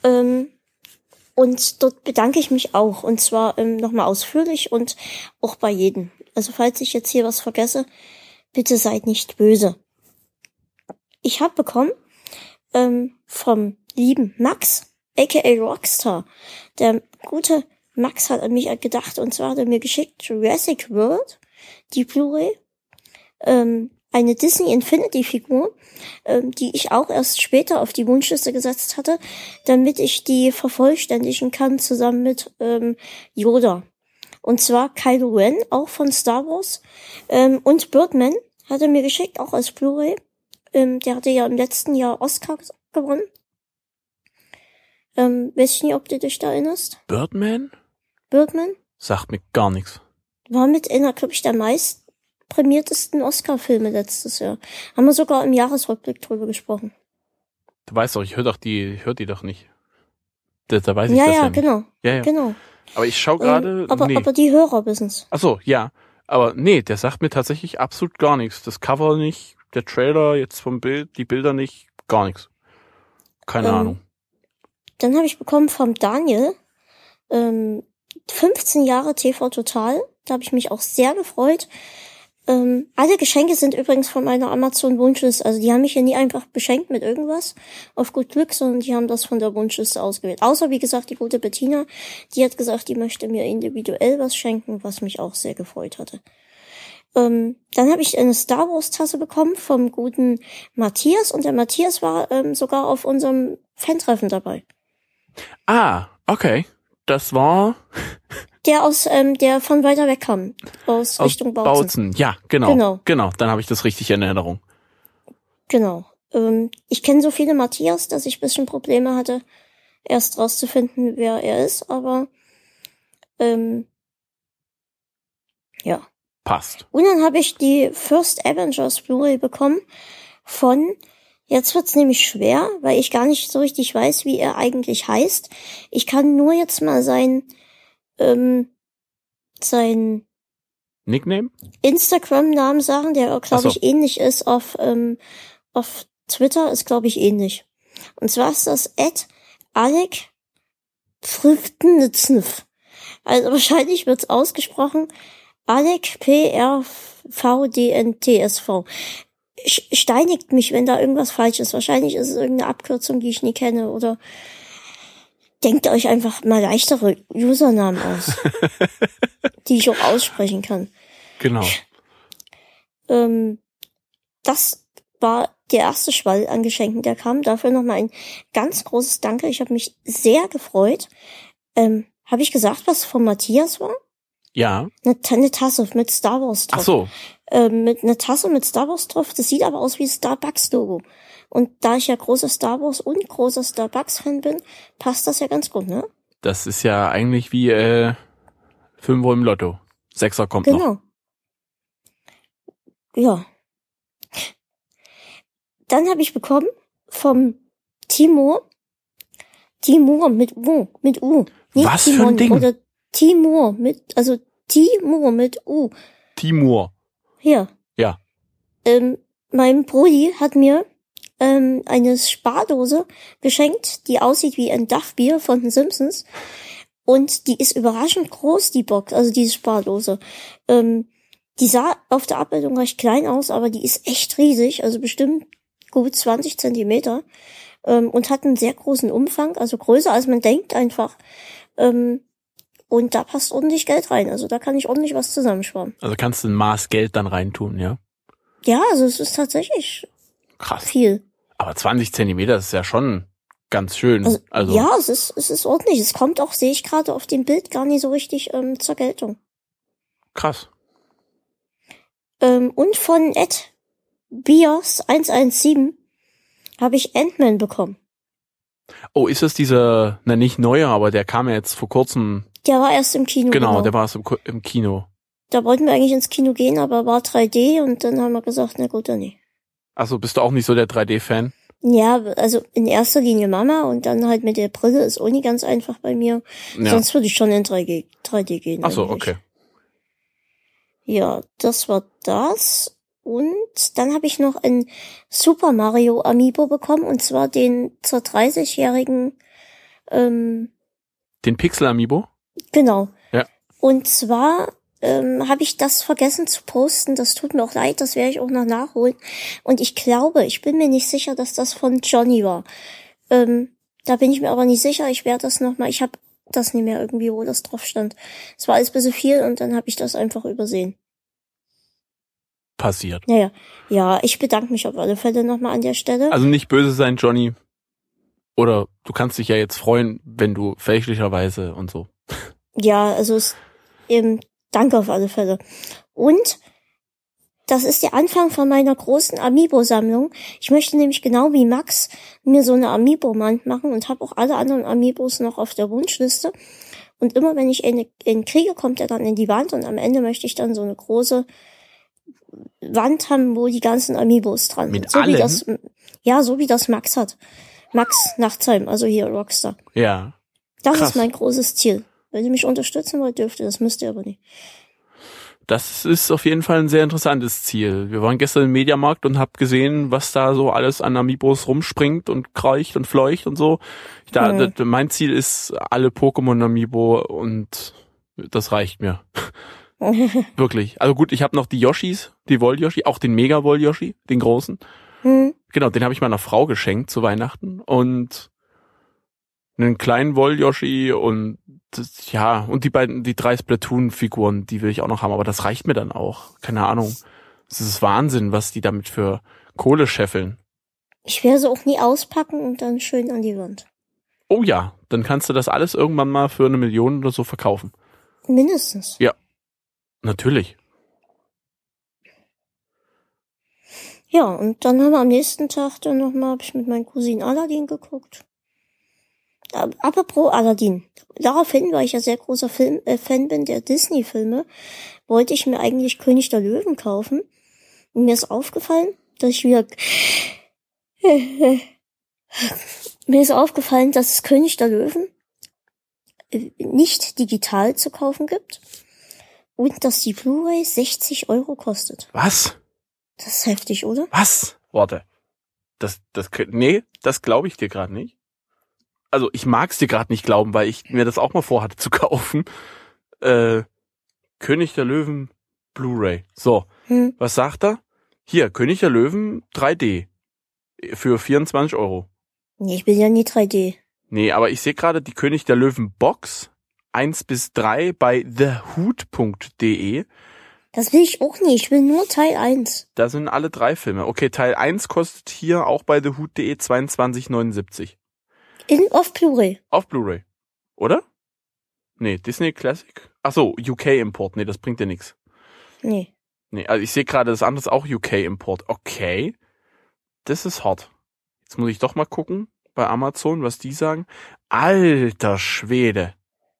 Und dort bedanke ich mich auch. Und zwar nochmal ausführlich und auch bei jedem. Also falls ich jetzt hier was vergesse, bitte seid nicht böse. Ich habe bekommen vom lieben Max, aka Rockstar. Der gute Max hat an mich gedacht und zwar hat er mir geschickt Jurassic World, die Blu-ray, eine Disney Infinity Figur, die ich auch erst später auf die Wunschliste gesetzt hatte, damit ich die vervollständigen kann zusammen mit Yoda. Und zwar Kylo Ren, auch von Star Wars, und Birdman hat er mir geschickt, auch als Blu-ray. Der hatte ja im letzten Jahr Oscar gewonnen. Weiß ich nicht, ob du dich da erinnerst. Birdman? Sagt mir gar nichts. War mit einer, glaube ich, der meistprämiertesten Oscar-Filme letztes Jahr. Haben wir sogar im Jahresrückblick drüber gesprochen. Du weißt doch, ich höre die doch nicht. Da weiß ich das ja nicht. Ja, genau. Aber ich schaue gerade... Aber die Hörer wissen's. Ach so, ja. Aber nee, der sagt mir tatsächlich absolut gar nichts. Das Cover nicht, der Trailer jetzt vom Bild, die Bilder nicht, gar nichts. Keine Ahnung. Dann habe ich bekommen vom Daniel 15 Jahre TV Total. Da habe ich mich auch sehr gefreut. Alle Geschenke sind übrigens von meiner Amazon-Wunschliste. Also die haben mich ja nie einfach beschenkt mit irgendwas auf gut Glück, sondern die haben das von der Wunschliste ausgewählt. Außer, wie gesagt, die gute Bettina, die hat gesagt, die möchte mir individuell was schenken, was mich auch sehr gefreut hatte. Dann habe ich eine Star Wars Tasse bekommen vom guten Matthias und der Matthias war sogar auf unserem Fan-Treffen dabei. Ah, okay. Das war... Der von weiter weg kam. Aus Richtung Bautzen. Ja, genau. Dann habe ich das richtig in Erinnerung. Genau. Ich kenne so viele Matthias, dass ich ein bisschen Probleme hatte, erst rauszufinden, wer er ist, aber ja. Passt. Und dann habe ich die First Avengers Blu-ray bekommen von... Jetzt wird's nämlich schwer, weil ich gar nicht so richtig weiß, wie er eigentlich heißt. Ich kann nur jetzt mal sein Nickname? Instagram-Namen sagen, der, glaube ich, ähnlich ist auf Twitter, ist, glaube ich, ähnlich. Und zwar ist das @Alec Friftenitznf. Also wahrscheinlich wird's ausgesprochen Alec PRVDNTSV. Steinigt mich, wenn da irgendwas falsch ist. Wahrscheinlich ist es irgendeine Abkürzung, die ich nie kenne, oder denkt euch einfach mal leichtere Usernamen aus, die ich auch aussprechen kann. Genau. Das war der erste Schwall an Geschenken, der kam. Dafür nochmal ein ganz großes Danke. Ich habe mich sehr gefreut. Habe ich gesagt, was von Matthias war? Ja. Eine Tasse mit Star Wars drauf. Ach so. Mit einer Tasse mit Star Wars drauf. Das sieht aber aus wie Starbucks-Logo. Und da ich ja großer Star Wars und großer Starbucks-Fan bin, passt das ja ganz gut, ne? Das ist ja eigentlich wie 5 im Lotto. 6er kommt noch. Genau. Ja. Dann habe ich bekommen vom Timur mit U. Nicht Was für ein Timon Ding? Oder Timur mit U. Timur. Hier. Ja. Mein Brudi hat mir eine Spardose geschenkt, die aussieht wie ein Duff-Bier von den Simpsons. Und die ist überraschend groß, die Box, also diese Spardose. Die sah auf der Abbildung recht klein aus, aber die ist echt riesig, also bestimmt gut 20 Zentimeter. Und hat einen sehr großen Umfang, also größer als man denkt einfach. Und da passt ordentlich Geld rein, also da kann ich ordentlich was zusammensparen. Also kannst du ein Maß Geld dann reintun, ja? Ja, also es ist tatsächlich Krass. viel. Aber 20 Zentimeter ist ja schon ganz schön. Also ja, es ist ordentlich. Es kommt auch, sehe ich gerade auf dem Bild, gar nicht so richtig zur Geltung. krass. Und von Ed Bios 117 habe ich Ant-Man bekommen. Oh, ist das dieser, nicht neuer, aber der kam ja jetzt vor kurzem. Der war erst im Kino. Genau, der war es im Kino. Da wollten wir eigentlich ins Kino gehen, aber war 3D und dann haben wir gesagt, na gut, dann nicht. Also bist du auch nicht so der 3D-Fan? Ja, also in erster Linie Mama und dann halt mit der Brille ist auch nicht ganz einfach bei mir. Ja. Sonst würde ich schon in 3D gehen. Ach so, eigentlich. okay. Ja, das war das. Und dann habe ich noch ein Super Mario Amiibo bekommen, und zwar den zur 30-jährigen, Den Pixel-Amiibo? genau. Ja. Und zwar habe ich das vergessen zu posten. Das tut mir auch leid, das werde ich auch noch nachholen. Und ich bin mir nicht sicher, dass das von Johnny war. Da bin ich mir aber nicht sicher. Ich werde das nochmal, ich habe das nicht mehr irgendwie, wo das drauf stand. Es war alles ein bisschen viel und dann habe ich das einfach übersehen. Passiert. Naja, ja, ich bedanke mich auf alle Fälle nochmal an der Stelle. Also nicht böse sein, Johnny. Oder du kannst dich ja jetzt freuen, wenn du fälschlicherweise und so. Ja, also danke auf alle Fälle. Und das ist der Anfang von meiner großen Amiibo-Sammlung. Ich möchte nämlich genau wie Max mir so eine Amiibo-Wand machen und habe auch alle anderen Amiibos noch auf der Wunschliste. Und immer wenn ich einen kriege, kommt er dann in die Wand und am Ende möchte ich dann so eine große Wand haben, wo die ganzen Amiibos dran sind. Mit allen? So wie das Max hat. Max Nachtsheim, also hier Rockstar. Ja. Das Krass. ist mein großes Ziel. Wenn ihr mich unterstützen wollt, dürft ihr. Das müsst ihr aber nicht. Das ist auf jeden Fall ein sehr interessantes Ziel. Wir waren gestern im Mediamarkt und hab gesehen, was da so alles an Amiibos rumspringt und kreucht und fleucht und so. Mein Ziel ist alle Pokémon Amiibo und das reicht mir. Wirklich. Also gut, ich habe noch die Yoshis, die Woll-Yoshi, auch den Mega-Woll-Yoshi, den großen. Genau, den habe ich meiner Frau geschenkt zu Weihnachten und einen kleinen Woll-Yoshi und und die 3 Splatoon-Figuren, die will ich auch noch haben, aber das reicht mir dann auch. Keine Ahnung. Es ist Wahnsinn, was die damit für Kohle scheffeln. Ich werde sie auch nie auspacken und dann schön an die Wand. Oh ja, dann kannst du das alles irgendwann mal für 1 Million oder so verkaufen. Mindestens. Ja, natürlich. Ja, und dann haben wir am nächsten Tag dann nochmal, habe ich mit meinen Cousinen Aladdin geguckt. Apropos Aladdin. Daraufhin, weil ich ja sehr großer Fan bin der Disney-Filme, wollte ich mir eigentlich König der Löwen kaufen. Und mir ist aufgefallen, dass es König der Löwen nicht digital zu kaufen gibt und dass die Blu-ray 60 € kostet. Was? Das ist heftig, oder? Was? Warte. Das glaube ich dir gerade nicht. Also ich mag es dir gerade nicht glauben, weil ich mir das auch mal vorhatte zu kaufen. König der Löwen Blu-ray. So, Hm. was sagt er? Hier, König der Löwen 3D für 24 €. Nee, ich bin ja nie 3D. Nee, aber ich sehe gerade die König der Löwen Box 1-3 bei thehoot.de. Das will ich auch nicht. Ich will nur Teil 1. Da sind alle 3 Filme. Okay, Teil 1 kostet hier auch bei thehoot.de 22,79. Auf Blu-ray. Auf Blu-ray. Oder? Nee, Disney Classic. Ach so, UK Import. Nee, das bringt dir nichts. Nee. Nee, also ich sehe gerade, das andere ist auch UK Import. Okay. Das ist hart. Jetzt muss ich doch mal gucken bei Amazon, was die sagen. Alter Schwede.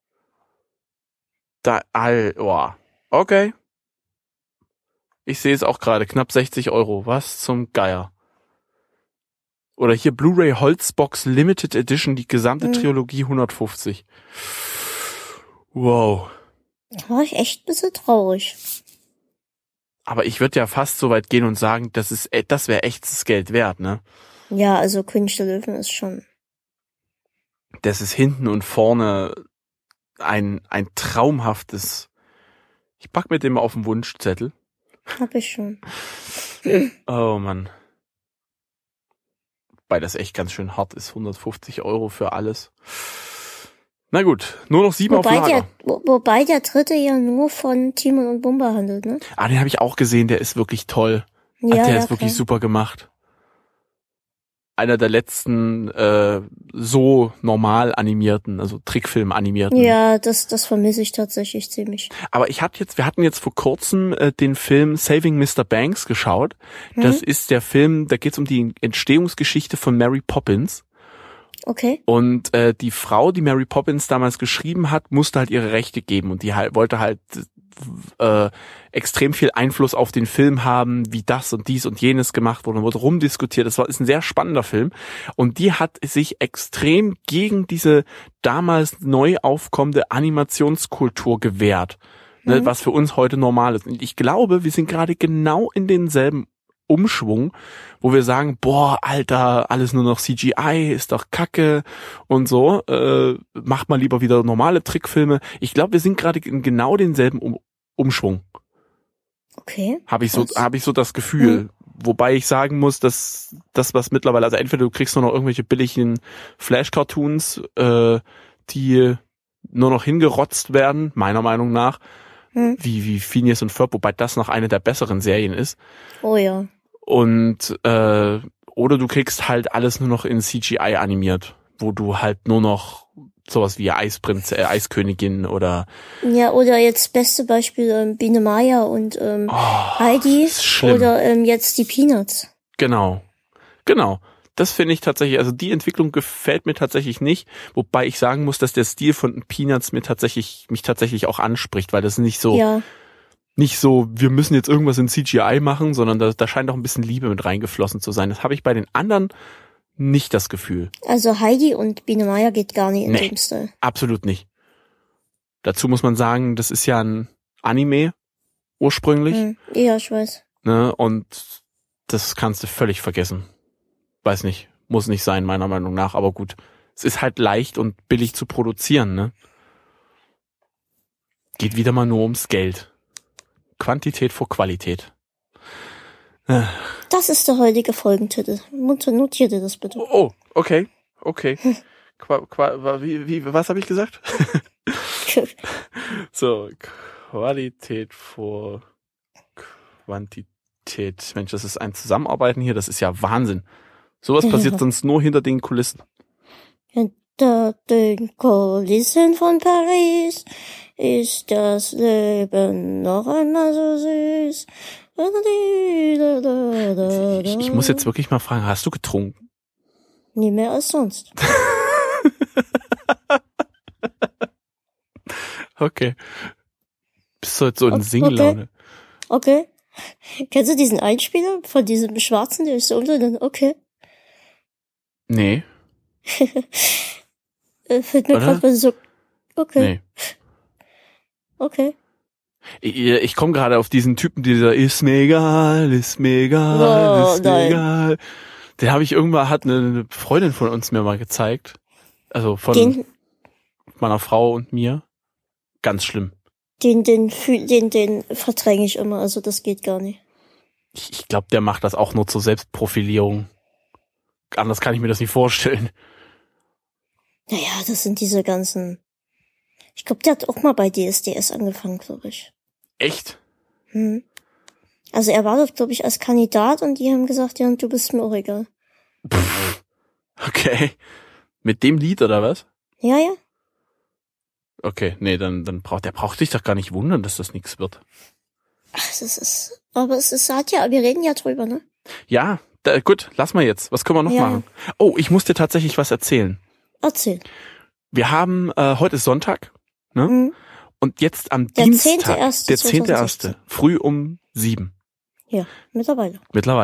Okay. Ich sehe es auch gerade. Knapp 60 €. Was zum Geier. Oder hier Blu-ray Holzbox Limited Edition, die gesamte Trilogie 150. Wow. Da war ich echt ein bisschen traurig. Aber ich würde ja fast so weit gehen und sagen, das wäre echtes Geld wert, ne? Ja, also König der Löwen ist schon. Das ist hinten und vorne ein traumhaftes. Ich pack mir den mal auf den Wunschzettel. Hab ich schon. Oh Mann. Weil das echt ganz schön hart ist. 150 € für alles. Na gut, nur noch 7 auf Lager. Wobei der dritte ja nur von Timon und Pumba handelt, ne? Ah, den habe ich auch gesehen, der ist wirklich toll. Ja, Der ja, ist wirklich klar. super gemacht. Einer der letzten so normal animierten, also Trickfilm animierten. Ja, das vermisse ich tatsächlich ziemlich. Aber wir hatten jetzt vor kurzem den Film Saving Mr. Banks geschaut. Das ist der Film, da geht es um die Entstehungsgeschichte von Mary Poppins. Okay. Und die Frau, die Mary Poppins damals geschrieben hat, musste halt ihre Rechte geben und die wollte halt extrem viel Einfluss auf den Film haben, wie das und dies und jenes gemacht wurde und wurde rumdiskutiert. Ist ein sehr spannender Film und die hat sich extrem gegen diese damals neu aufkommende Animationskultur gewehrt, ne, was für uns heute normal ist. Und ich glaube, wir sind gerade genau in denselben Umschwung, wo wir sagen, boah, Alter, alles nur noch CGI, ist doch Kacke und so, macht mal lieber wieder normale Trickfilme. Ich glaube, wir sind gerade in genau denselben Umschwung. Okay. Habe ich so das Gefühl. Wobei ich sagen muss, dass das, was mittlerweile, also entweder du kriegst nur noch irgendwelche billigen Flash-Cartoons, die nur noch hingerotzt werden, meiner Meinung nach, wie Phineas und Ferb, wobei das noch eine der besseren Serien ist. Oh ja. Und oder du kriegst halt alles nur noch in CGI animiert, wo du halt nur noch sowas wie Eiskönigin oder Ja, oder jetzt beste Beispiel Biene Maya und Heidi ist schlimm. oder jetzt die Peanuts. Genau. Das finde ich tatsächlich, also die Entwicklung gefällt mir tatsächlich nicht, wobei ich sagen muss, dass der Stil von Peanuts mich tatsächlich auch anspricht, weil das nicht so, wir müssen jetzt irgendwas in CGI machen, sondern da scheint auch ein bisschen Liebe mit reingeflossen zu sein. Das habe ich bei den anderen nicht das Gefühl. Also Heidi und Biene Maya geht gar nicht in dem Stil. Absolut nicht. Dazu muss man sagen, das ist ja ein Anime ursprünglich. Ja, ich weiß. Ne? Und das kannst du völlig vergessen. Weiß nicht, muss nicht sein, meiner Meinung nach, aber gut. Es ist halt leicht und billig zu produzieren, ne? Geht wieder mal nur ums Geld. Quantität vor Qualität. Das ist der heutige Folgentitel. Notiert ihr das bitte. Oh, okay. Was habe ich gesagt? So, Qualität vor Quantität. Mensch, das ist ein Zusammenarbeiten hier, das ist ja Wahnsinn. Sowas passiert sonst nur hinter den Kulissen. Hinter den Kulissen von Paris ist das Leben noch einmal so süß. Ich muss jetzt wirklich mal fragen, hast du getrunken? Nie mehr als sonst. Okay. Bist du jetzt so in Singlaune? Okay. Kennst du diesen Einspieler von diesem Schwarzen, der ist so unter den, okay. Nee. Fällt mir gerade so, okay. Nee. Okay. Ich komme gerade auf diesen Typen, dieser ist mir egal. Den habe ich irgendwann, hat eine Freundin von uns mir mal gezeigt. Also von meiner Frau und mir. Ganz schlimm. Den verdränge ich immer, also das geht gar nicht. Ich glaube, der macht das auch nur zur Selbstprofilierung. Anders kann ich mir das nicht vorstellen. Naja, das sind diese ganzen... Ich glaube, der hat auch mal bei DSDS angefangen, glaube ich. Echt? Also er war dort, glaube ich, als Kandidat und die haben gesagt, ja, du bist mir auch egal. Pff, okay. Mit dem Lied oder was? Ja, ja. Okay, nee, dann braucht sich doch gar nicht wundern, dass das nichts wird. Ach, aber wir reden ja drüber, ne? Ja, gut, lass mal jetzt. Was können wir noch Ja. machen? Oh, ich muss dir tatsächlich was erzählen. Erzähl. Wir haben, heute ist Sonntag, ne? Und jetzt am Der Dienstag, 10.1. der 10.1., früh um 7. Ja, mittlerweile.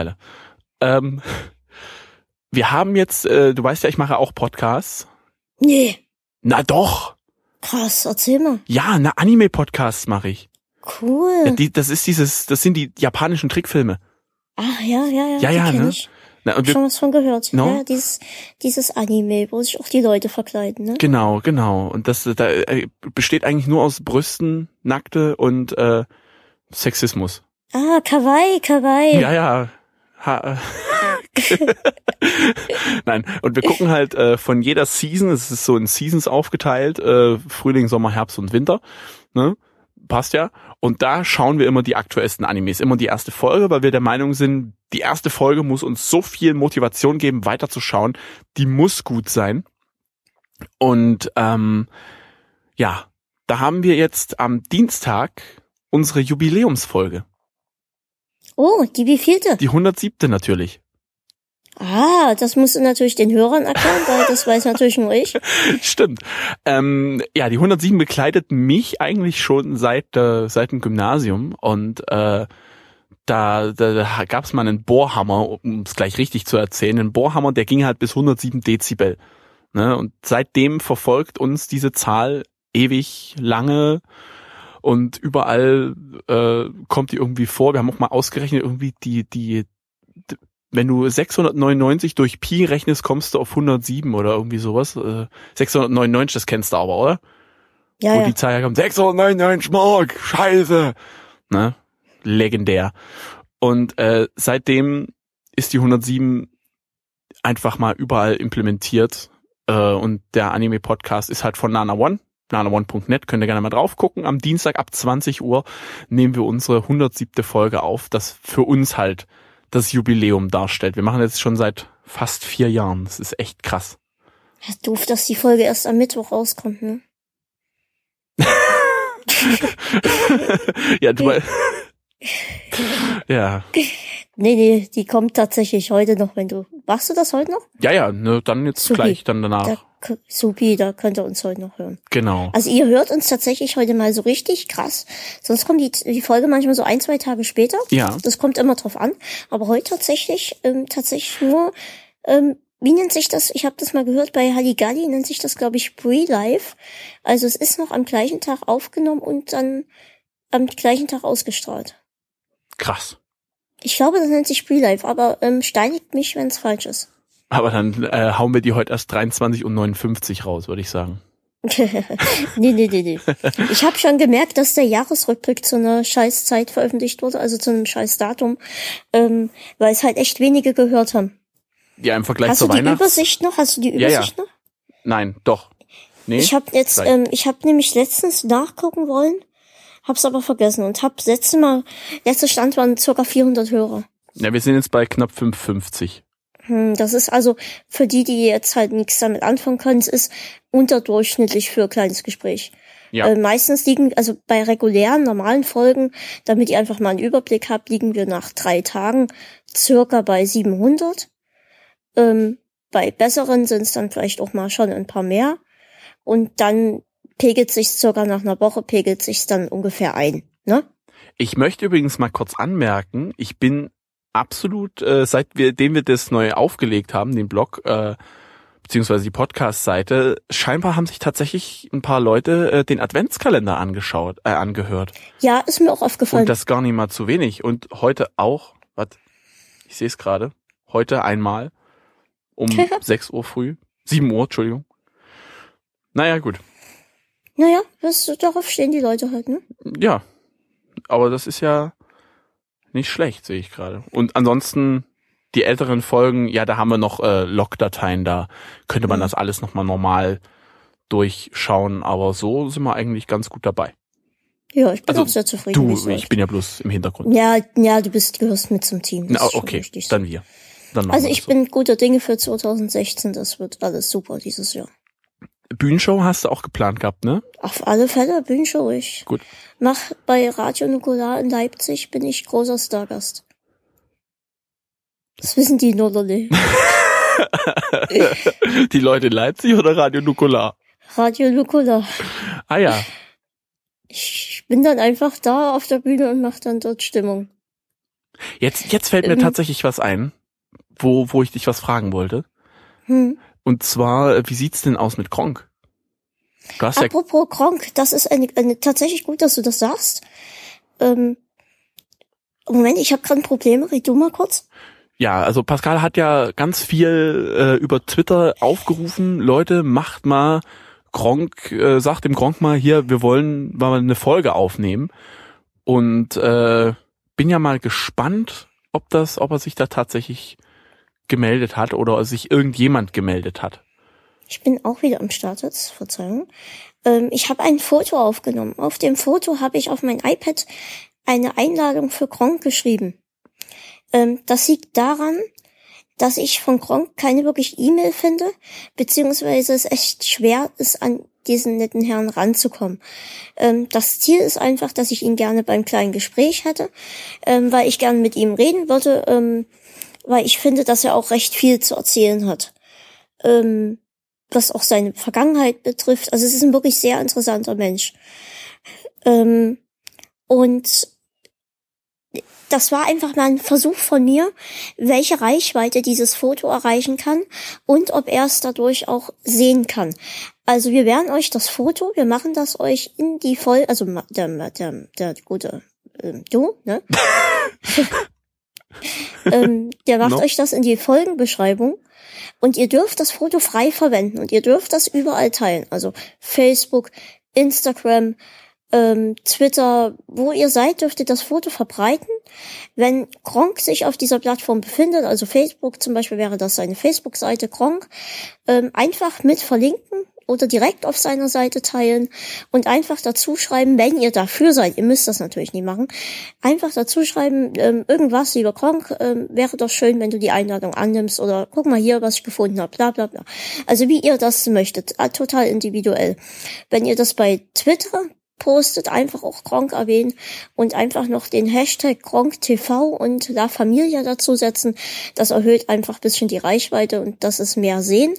Wir haben jetzt, du weißt ja, ich mache auch Podcasts. Nee, Na doch. krass, erzähl mal. Ja, Anime-Podcasts mache ich. Cool. Ja, das sind die japanischen Trickfilme. Ach, ja, Ja, die kenn ne? ich. Na, und Schon was von gehört. No? Ja, dieses Anime, wo sich auch die Leute verkleiden, ne? Genau. Und das besteht eigentlich nur aus Brüsten, Nackte und Sexismus. Ah, Kawaii. Ja. Nein, und wir gucken halt von jeder Season, es ist so in Seasons aufgeteilt, Frühling, Sommer, Herbst und Winter, ne? Passt ja. Und da schauen wir immer die aktuellsten Animes, immer die erste Folge, weil wir der Meinung sind, die erste Folge muss uns so viel Motivation geben, weiterzuschauen. Die muss gut sein. Und ja, da haben wir jetzt am Dienstag unsere Jubiläumsfolge. Oh, die wievielte? Die 107. natürlich. Ah, das musst du natürlich den Hörern erklären, weil das weiß natürlich nur ich. Stimmt. Ja, die 107 begleitet mich eigentlich schon seit dem Gymnasium und da gab's mal einen Bohrhammer, um es gleich richtig zu erzählen. Ein Bohrhammer, der ging halt bis 107 Dezibel. Ne? Und seitdem verfolgt uns diese Zahl ewig lange und überall kommt die irgendwie vor. Wir haben auch mal ausgerechnet, irgendwie wenn du 699 durch Pi rechnest, kommst du auf 107 oder irgendwie sowas. 699, das kennst du aber, oder? Ja, Wo ja. die Zahl herkommt, 699 Mark, scheiße. Ne? Legendär. Und seitdem ist die 107 einfach mal überall implementiert. Und der Anime-Podcast ist halt von Nana One. nanaone.net, könnt ihr gerne mal drauf gucken. Am Dienstag ab 20 Uhr nehmen wir unsere 107. Folge auf, das für uns halt das Jubiläum darstellt. Wir machen jetzt schon seit fast 4 Jahren. Das ist echt krass. Ja, doof, dass die Folge erst am Mittwoch rauskommt, ne? Ja, ja. Nee, die kommt tatsächlich heute noch, machst du das heute noch? Ja, ne, dann jetzt Supi. gleich, dann danach. Supi, da könnt ihr uns heute noch hören. Genau. Also ihr hört uns tatsächlich heute mal so richtig krass. Sonst kommt die Folge manchmal so 1-2 Tage später. Ja. Das kommt immer drauf an. Aber heute tatsächlich nur, wie nennt sich das? Ich habe das mal gehört, bei Halligalli nennt sich das, glaube ich, Pre-Live. Also es ist noch am gleichen Tag aufgenommen und dann am gleichen Tag ausgestrahlt. Krass. Ich glaube, das nennt sich Pre-Live, aber steinigt mich, wenn es falsch ist. Aber dann hauen wir die heute erst 23:59 raus, würde ich sagen. Nee. Ich habe schon gemerkt, dass der Jahresrückblick zu einer scheiß Zeit veröffentlicht wurde, also zu einem scheiß Datum, weil es halt echt wenige gehört haben. Ja, im Vergleich Hast zur du die Weihnachts... Übersicht noch? Ja. Nein, doch. Nee, Ich habe nämlich letztens nachgucken wollen, hab's aber vergessen und letzter Stand waren ca. 400 Hörer. Ja, wir sind jetzt bei knapp 550. Das ist also für die jetzt halt nichts damit anfangen können, es ist unterdurchschnittlich für kleines Gespräch. Ja. Meistens also bei regulären, normalen Folgen, damit ihr einfach mal einen Überblick habt, liegen wir nach 3 Tagen circa bei 700. Bei besseren sind es dann vielleicht auch mal schon ein paar mehr. Und dann pegelt sich's circa nach einer Woche, dann ungefähr ein, ne? Ich möchte übrigens mal kurz anmerken, ich bin absolut, seitdem wir das neu aufgelegt haben, den Blog, beziehungsweise die Podcast-Seite, scheinbar haben sich tatsächlich ein paar Leute den Adventskalender angehört. Ja, ist mir auch aufgefallen. Und das gar nicht mal zu wenig. Und heute auch, ich sehe es gerade, heute einmal um 6 Uhr früh, 7 Uhr, Entschuldigung. Naja, gut. Naja, darauf stehen die Leute halt, ne? Ja, aber das ist ja nicht schlecht, sehe ich gerade. Und ansonsten die älteren Folgen, ja, da haben wir noch Logdateien, da könnte man das alles nochmal normal durchschauen, aber so sind wir eigentlich ganz gut dabei. Ja, ich bin auch sehr zufrieden. Ich bin ja bloß im Hintergrund. Ja, du gehörst mit zum Team. Na, okay, dann wir. Dann also ich bin guter Dinge für 2016, das wird alles super dieses Jahr. Bühnenshow hast du auch geplant gehabt, ne? Auf alle Fälle, Bühnenshow. Ich Gut. mach bei Radio Nukular in Leipzig, bin ich großer Stargast. Das wissen die nur noch nicht. Die Leute in Leipzig oder Radio Nukular? Radio Nukular. Ah ja. Ich bin dann einfach da auf der Bühne und mach dann dort Stimmung. Jetzt fällt mir tatsächlich was ein, wo ich dich was fragen wollte. Und zwar, wie sieht's denn aus mit Gronkh? Apropos Gronkh, das ist eine tatsächlich gut, dass du das sagst. Moment, ich habe gerade ein Problem. Red du mal kurz. Ja, also Pascal hat ja ganz viel über Twitter aufgerufen. Leute, macht mal Gronkh, sagt dem Gronkh mal hier, wir wollen mal eine Folge aufnehmen. Und bin ja mal gespannt, ob er sich da tatsächlich gemeldet hat oder sich irgendjemand gemeldet hat. Ich bin auch wieder am Start jetzt, Verzeihung. Ich habe ein Foto aufgenommen. Auf dem Foto habe ich auf mein iPad eine Einladung für Gronkh geschrieben. Das liegt daran, dass ich von Gronkh keine wirklich E-Mail finde, beziehungsweise es echt schwer ist, an diesen netten Herrn ranzukommen. Das Ziel ist einfach, dass ich ihn gerne beim kleinen Gespräch hätte, weil ich gerne mit ihm reden würde, weil ich finde, dass er auch recht viel zu erzählen hat. Was auch seine Vergangenheit betrifft. Also es ist ein wirklich sehr interessanter Mensch. Und das war einfach mal ein Versuch von mir, welche Reichweite dieses Foto erreichen kann und ob er es dadurch auch sehen kann. Also wir werden euch das Foto, wir machen das euch in die Folge, also der gute du, ne? Der macht euch das in die Folgenbeschreibung und ihr dürft das Foto frei verwenden und ihr dürft das überall teilen. Also Facebook, Instagram, Twitter, wo ihr seid, dürft ihr das Foto verbreiten. Wenn Gronkh sich auf dieser Plattform befindet, also Facebook zum Beispiel wäre das seine Facebook-Seite Gronkh, einfach mit verlinken oder direkt auf seiner Seite teilen und einfach dazu schreiben, wenn ihr dafür seid, ihr müsst das natürlich nicht machen, einfach dazu schreiben, irgendwas, lieber Gronkh, wäre doch schön, wenn du die Einladung annimmst oder guck mal hier, was ich gefunden habe, bla bla bla. Also wie ihr das möchtet, total individuell. Wenn ihr das bei Twitter postet, einfach auch Gronkh erwähnen und einfach noch den Hashtag GronkhTV und La Familia dazu setzen. Das erhöht einfach ein bisschen die Reichweite und das ist mehr sehen.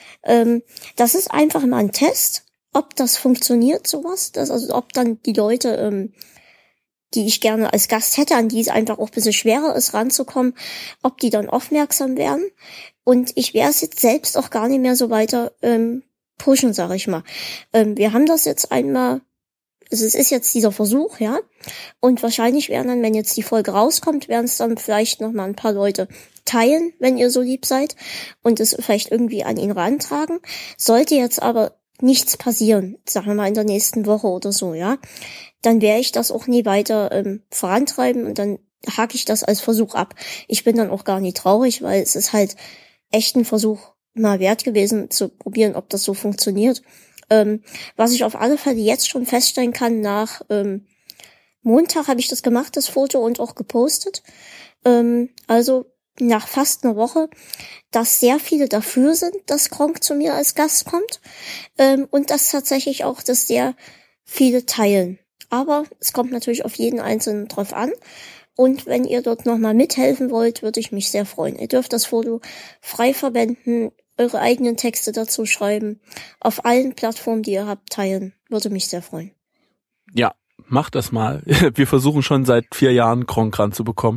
Das ist einfach mal ein Test, ob das funktioniert, sowas. Also ob dann die Leute, die ich gerne als Gast hätte, an die es einfach auch ein bisschen schwerer ist, ranzukommen, ob die dann aufmerksam werden. Und ich werde es jetzt selbst auch gar nicht mehr so weiter pushen, sag ich mal. Wir haben das jetzt einmal. Also es ist jetzt dieser Versuch, ja. Und wahrscheinlich werden dann, wenn jetzt die Folge rauskommt, werden es dann vielleicht noch mal ein paar Leute teilen, wenn ihr so lieb seid und es vielleicht irgendwie an ihn rantragen. Sollte jetzt aber nichts passieren, sagen wir mal in der nächsten Woche oder so, ja, dann werde ich das auch nie weiter vorantreiben und dann hake ich das als Versuch ab. Ich bin dann auch gar nicht traurig, weil es ist halt echt ein Versuch mal wert gewesen, zu probieren, ob das so funktioniert. Was ich auf alle Fälle jetzt schon feststellen kann, nach Montag habe ich das gemacht, das Foto, und auch gepostet. Also nach fast einer Woche, dass sehr viele dafür sind, dass Gronkh zu mir als Gast kommt. Und dass tatsächlich auch, dass sehr viele teilen. Aber es kommt natürlich auf jeden Einzelnen drauf an. Und wenn ihr dort nochmal mithelfen wollt, würde ich mich sehr freuen. Ihr dürft das Foto frei verwenden, eure eigenen Texte dazu schreiben, auf allen Plattformen, die ihr habt, teilen. Würde mich sehr freuen. Ja, macht das mal. Wir versuchen schon seit 4 Jahren Gronkh ranzubekommen.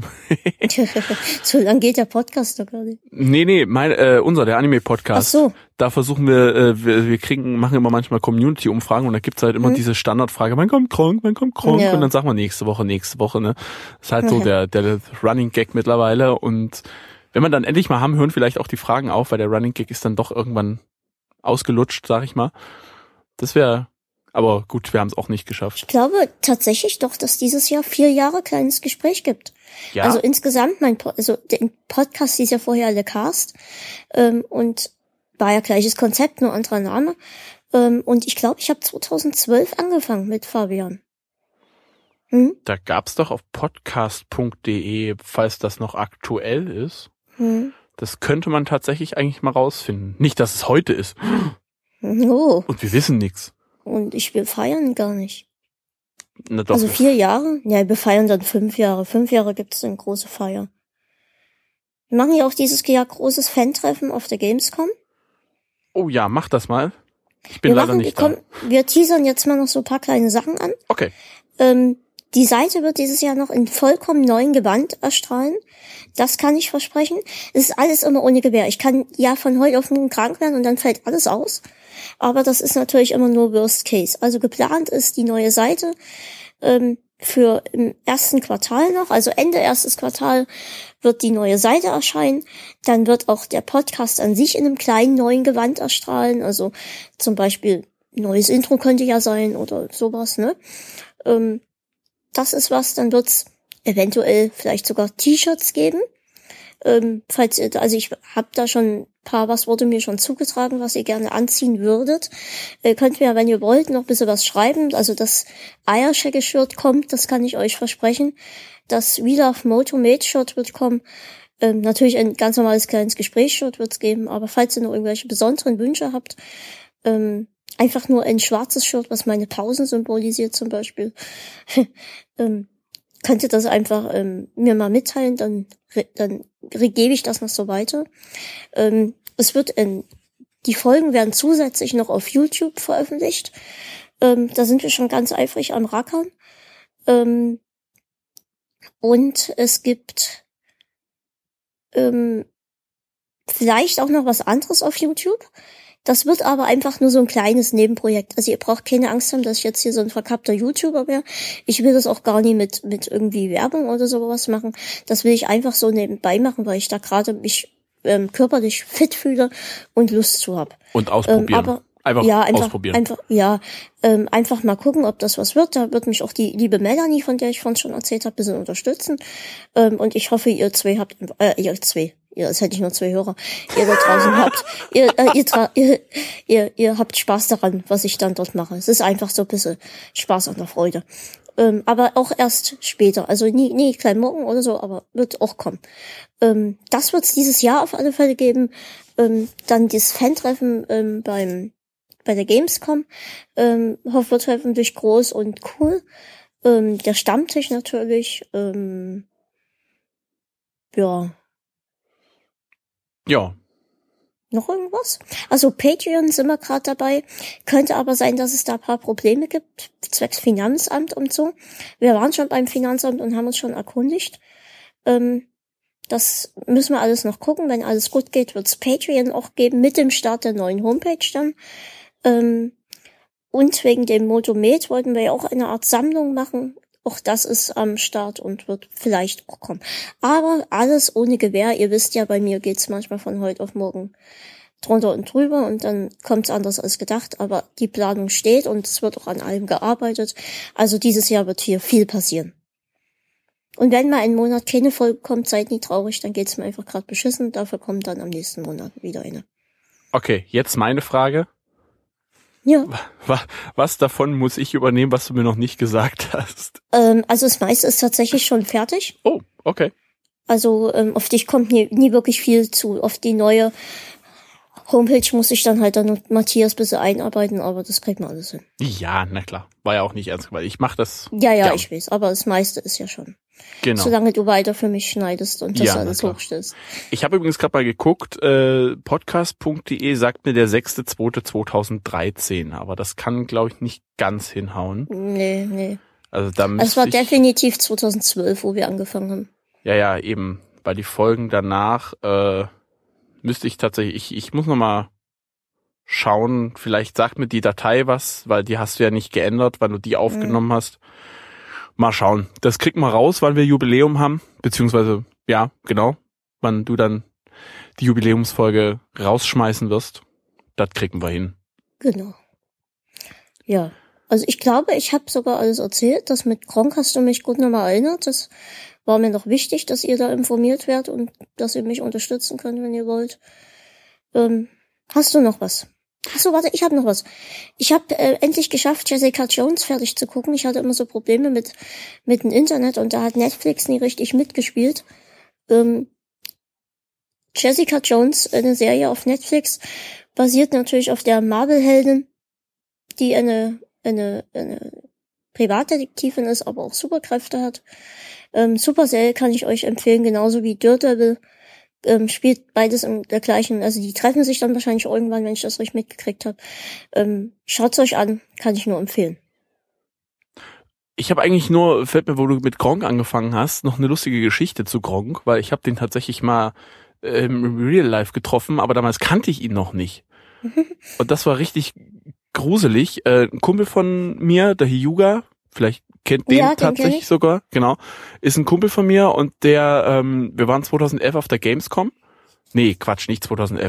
So lang geht der Podcast doch gar nicht. Nee, der Anime-Podcast. Ach so. Da versuchen wir machen immer manchmal Community-Umfragen und da gibt's halt immer diese Standardfrage, wann kommt Gronkh? Ja. Und dann sagen wir nächste Woche, ne? Das ist halt so der Running Gag mittlerweile und wenn wir dann endlich mal haben, hören vielleicht auch die Fragen auf, weil der Running Gag ist dann doch irgendwann ausgelutscht, sag ich mal. Das wäre Aber gut, wir haben es auch nicht geschafft. Ich glaube tatsächlich doch, dass dieses Jahr 4 Jahre kleines Gespräch gibt. Ja. Also insgesamt, der Podcast hieß ja vorher Le Cast und war ja gleiches Konzept, nur anderer Name. Und ich glaube, ich habe 2012 angefangen mit Fabian. Da gab's doch auf podcast.de, falls das noch aktuell ist. Das könnte man tatsächlich eigentlich mal rausfinden. Nicht, dass es heute ist. Oh. Und wir wissen nichts. Und ich will feiern gar nicht. Na doch. Also 4 Jahre? Ja, wir feiern dann 5 Jahre. 5 Jahre gibt's eine große Feier. Wir machen ja auch dieses Jahr großes Fan-Treffen auf der Gamescom. Oh ja, mach das mal. Ich bin leider nicht da. Wir teasern jetzt mal noch so ein paar kleine Sachen an. Okay. Die Seite wird dieses Jahr noch in vollkommen neuen Gewand erstrahlen. Das kann ich versprechen. Es ist alles immer ohne Gewähr. Ich kann ja von heute auf morgen krank werden und dann fällt alles aus. Aber das ist natürlich immer nur Worst Case. Also geplant ist die neue Seite für im ersten Quartal noch. Also Ende erstes Quartal wird die neue Seite erscheinen. Dann wird auch der Podcast an sich in einem kleinen neuen Gewand erstrahlen. Also zum Beispiel neues Intro könnte ja sein oder sowas, ne? Das ist was. Dann wird's eventuell vielleicht sogar T-Shirts geben. Also ich habe da schon ein paar, was wurde mir schon zugetragen, was ihr gerne anziehen würdet. Könnt mir, wenn ihr wollt, noch ein bisschen was schreiben. Also das Eierschecke-Shirt kommt, das kann ich euch versprechen. Das We Love Moto Mate-Shirt wird kommen. Natürlich ein ganz normales kleines Gesprächsshirt wird's geben, aber falls ihr noch irgendwelche besonderen Wünsche habt, einfach nur ein schwarzes Shirt, was meine Pausen symbolisiert zum Beispiel, könnt ihr das einfach mir mal mitteilen, dann gebe ich das noch so weiter. Es wird die Folgen werden zusätzlich noch auf YouTube veröffentlicht. Da sind wir schon ganz eifrig am Rackern. Und es gibt vielleicht auch noch was anderes auf YouTube. Das wird aber einfach nur so ein kleines Nebenprojekt. Also ihr braucht keine Angst haben, dass ich jetzt hier so ein verkappter YouTuber wäre. Ich will das auch gar nicht mit irgendwie Werbung oder sowas machen. Das will ich einfach so nebenbei machen, weil ich da gerade mich körperlich fit fühle und Lust zu habe. Und ausprobieren. Ausprobieren. Einfach mal gucken, ob das was wird. Da wird mich auch die liebe Melanie, von der ich vorhin schon erzählt habe, ein bisschen unterstützen. Und ich hoffe, ihr jetzt hätte ich nur 2 Hörer, ihr da draußen ihr habt Spaß daran, was ich dann dort mache. Es ist einfach so ein bisschen Spaß an der Freude. Aber auch erst später, also nie gleich morgen oder so, aber wird auch kommen. Das wird es dieses Jahr auf alle Fälle geben. Dann das Fan-Treffen bei der Gamescom. Hoffe, wird hoffentlich groß und cool. Der Stammtisch natürlich. Ja. Noch irgendwas? Also Patreon sind wir gerade dabei. Könnte aber sein, dass es da ein paar Probleme gibt, zwecks Finanzamt und so. Wir waren schon beim Finanzamt und haben uns schon erkundigt. Das müssen wir alles noch gucken. Wenn alles gut geht, wird es Patreon auch geben, mit dem Start der neuen Homepage dann. Und wegen dem Motomet wollten wir ja auch eine Art Sammlung machen. Auch das ist am Start und wird vielleicht auch kommen. Aber alles ohne Gewähr. Ihr wisst ja, bei mir geht's manchmal von heute auf morgen drunter und drüber und dann kommt's anders als gedacht. Aber die Planung steht und es wird auch an allem gearbeitet. Also dieses Jahr wird hier viel passieren. Und wenn mal einen Monat keine Folge kommt, seid nie traurig, dann geht's mir einfach gerade beschissen. Dafür kommt dann am nächsten Monat wieder eine. Okay, jetzt meine Frage. Ja. Was davon muss ich übernehmen, was du mir noch nicht gesagt hast? Also das meiste ist tatsächlich schon fertig. Oh, okay. Also auf dich kommt nie wirklich viel zu. Auf die neue Homepage muss ich dann halt dann Matthias ein bisschen einarbeiten, aber das kriegt man alles hin. Ja, na klar. War ja auch nicht ernst gemeint. Ich mache das. Ja, ich weiß. Aber das meiste ist ja schon. Genau. Solange du weiter für mich schneidest und das alles hochstellst. Ich habe übrigens gerade mal geguckt, podcast.de sagt mir der 6.2.2013, aber das kann, glaube ich, nicht ganz hinhauen. Nee. Also es war definitiv 2012, wo wir angefangen haben. Ja, eben. Weil die Folgen danach müsste ich tatsächlich, ich muss nochmal schauen, vielleicht sagt mir die Datei was, weil die hast du ja nicht geändert, weil du die aufgenommen hast. Mal schauen. Das kriegt man raus, weil wir Jubiläum haben, beziehungsweise, ja, genau, wann du dann die Jubiläumsfolge rausschmeißen wirst. Das kriegen wir hin. Genau. Ja. Also ich glaube, ich habe sogar alles erzählt. Das mit Gronkh hast du mich gut nochmal erinnert. Das war mir noch wichtig, dass ihr da informiert werdet und dass ihr mich unterstützen könnt, wenn ihr wollt. Hast du noch was? Achso, warte, ich habe noch was. Ich habe endlich geschafft, Jessica Jones fertig zu gucken. Ich hatte immer so Probleme mit dem Internet und da hat Netflix nie richtig mitgespielt. Jessica Jones, eine Serie auf Netflix, basiert natürlich auf der Marvel-Heldin, die eine Privatdetektivin ist, aber auch Superkräfte hat. Supercell kann ich euch empfehlen, genauso wie Daredevil. Spielt beides in der gleichen, also die treffen sich dann wahrscheinlich irgendwann, wenn ich das richtig mitgekriegt habe. Schaut's euch an, kann ich nur empfehlen. Ich habe eigentlich nur, fällt mir, wo du mit Gronkh angefangen hast, noch eine lustige Geschichte zu Gronkh, weil ich habe den tatsächlich mal im Real Life getroffen, aber damals kannte ich ihn noch nicht. Und das war richtig gruselig. Ein Kumpel von mir, der Hyuga, vielleicht kennt den tatsächlich sogar, genau, ist ein Kumpel von mir und der, wir waren 2011 auf der Gamescom. Nee, Quatsch, nicht 2011,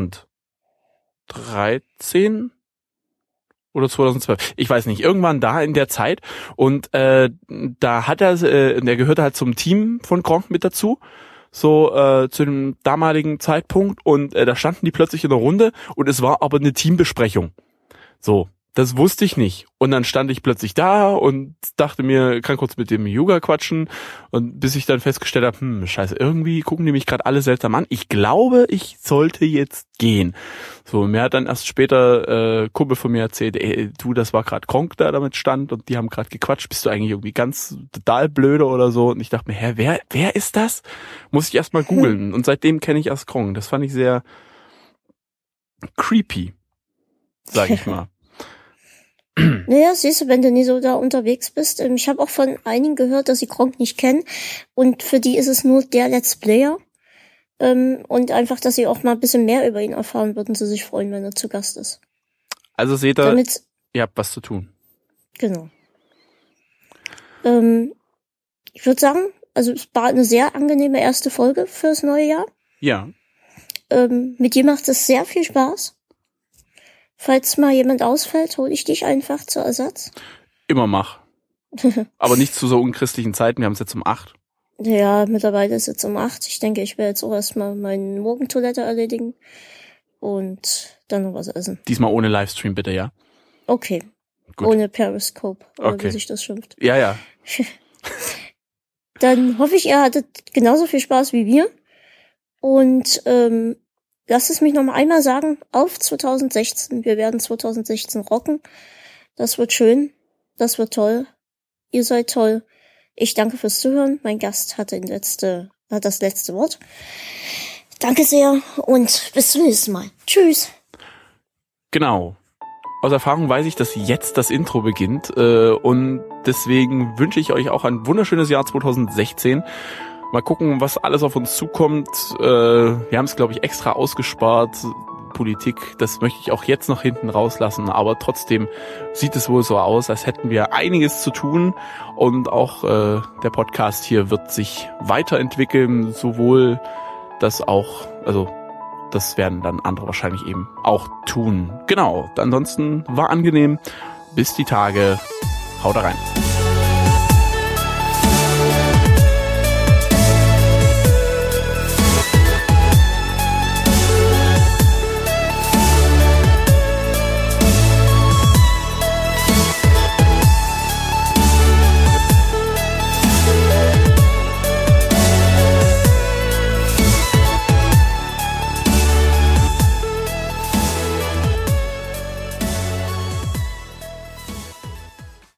2013 oder 2012. Ich weiß nicht, irgendwann da in der Zeit. Und da hat der gehörte halt zum Team von Gronkh mit dazu, so zu dem damaligen Zeitpunkt. Und da standen die plötzlich in der Runde und es war aber eine Teambesprechung. So. Das wusste ich nicht. Und dann stand ich plötzlich da und dachte mir, kann kurz mit dem Hyuga quatschen. Und bis ich dann festgestellt habe, scheiße, irgendwie gucken die mich gerade alle seltsam an. Ich glaube, ich sollte jetzt gehen. So, mir hat dann erst später Kumpel von mir erzählt, ey, du, das war gerade Gronkh, da damit stand und die haben gerade gequatscht. Bist du eigentlich irgendwie ganz total blöde oder so? Und ich dachte mir, wer ist das? Muss ich erst mal googeln. Und seitdem kenne ich erst Gronkh. Das fand ich sehr creepy, sag ich mal. Naja, siehst du, wenn du nie so da unterwegs bist. Ich habe auch von einigen gehört, dass sie Gronkh nicht kennen. Und für die ist es nur der Let's Player. Und einfach, dass sie auch mal ein bisschen mehr über ihn erfahren, würden sie sich freuen, wenn er zu Gast ist. Also seht ihr, ihr habt was zu tun. Genau. Ich würde sagen, also es war eine sehr angenehme erste Folge fürs neue Jahr. Ja. Mit dir macht es sehr viel Spaß. Falls mal jemand ausfällt, hole ich dich einfach zur Ersatz. Immer mach. Aber nicht zu so unchristlichen Zeiten. Wir haben es jetzt um 8. Ja, mittlerweile ist es um 8. Ich denke, ich werde jetzt auch erstmal meine Morgentoilette erledigen und dann noch was essen. Diesmal ohne Livestream, bitte, ja? Okay. Gut. Ohne Periscope, okay. Wie sich das schimpft. Ja. Dann hoffe ich, ihr hattet genauso viel Spaß wie wir. Und lasst es mich noch mal einmal sagen, auf 2016. Wir werden 2016 rocken. Das wird schön. Das wird toll. Ihr seid toll. Ich danke fürs Zuhören. Mein Gast hat das letzte Wort. Danke sehr und bis zum nächsten Mal. Tschüss. Genau. Aus Erfahrung weiß ich, dass jetzt das Intro beginnt. Und deswegen wünsche ich euch auch ein wunderschönes Jahr 2016. Mal gucken, was alles auf uns zukommt. Wir haben es, glaube ich, extra ausgespart. Politik, das möchte ich auch jetzt noch hinten rauslassen. Aber trotzdem sieht es wohl so aus, als hätten wir einiges zu tun. Und auch der Podcast hier wird sich weiterentwickeln. Sowohl das auch, also das werden dann andere wahrscheinlich eben auch tun. Genau, ansonsten war angenehm. Bis die Tage. Haut rein.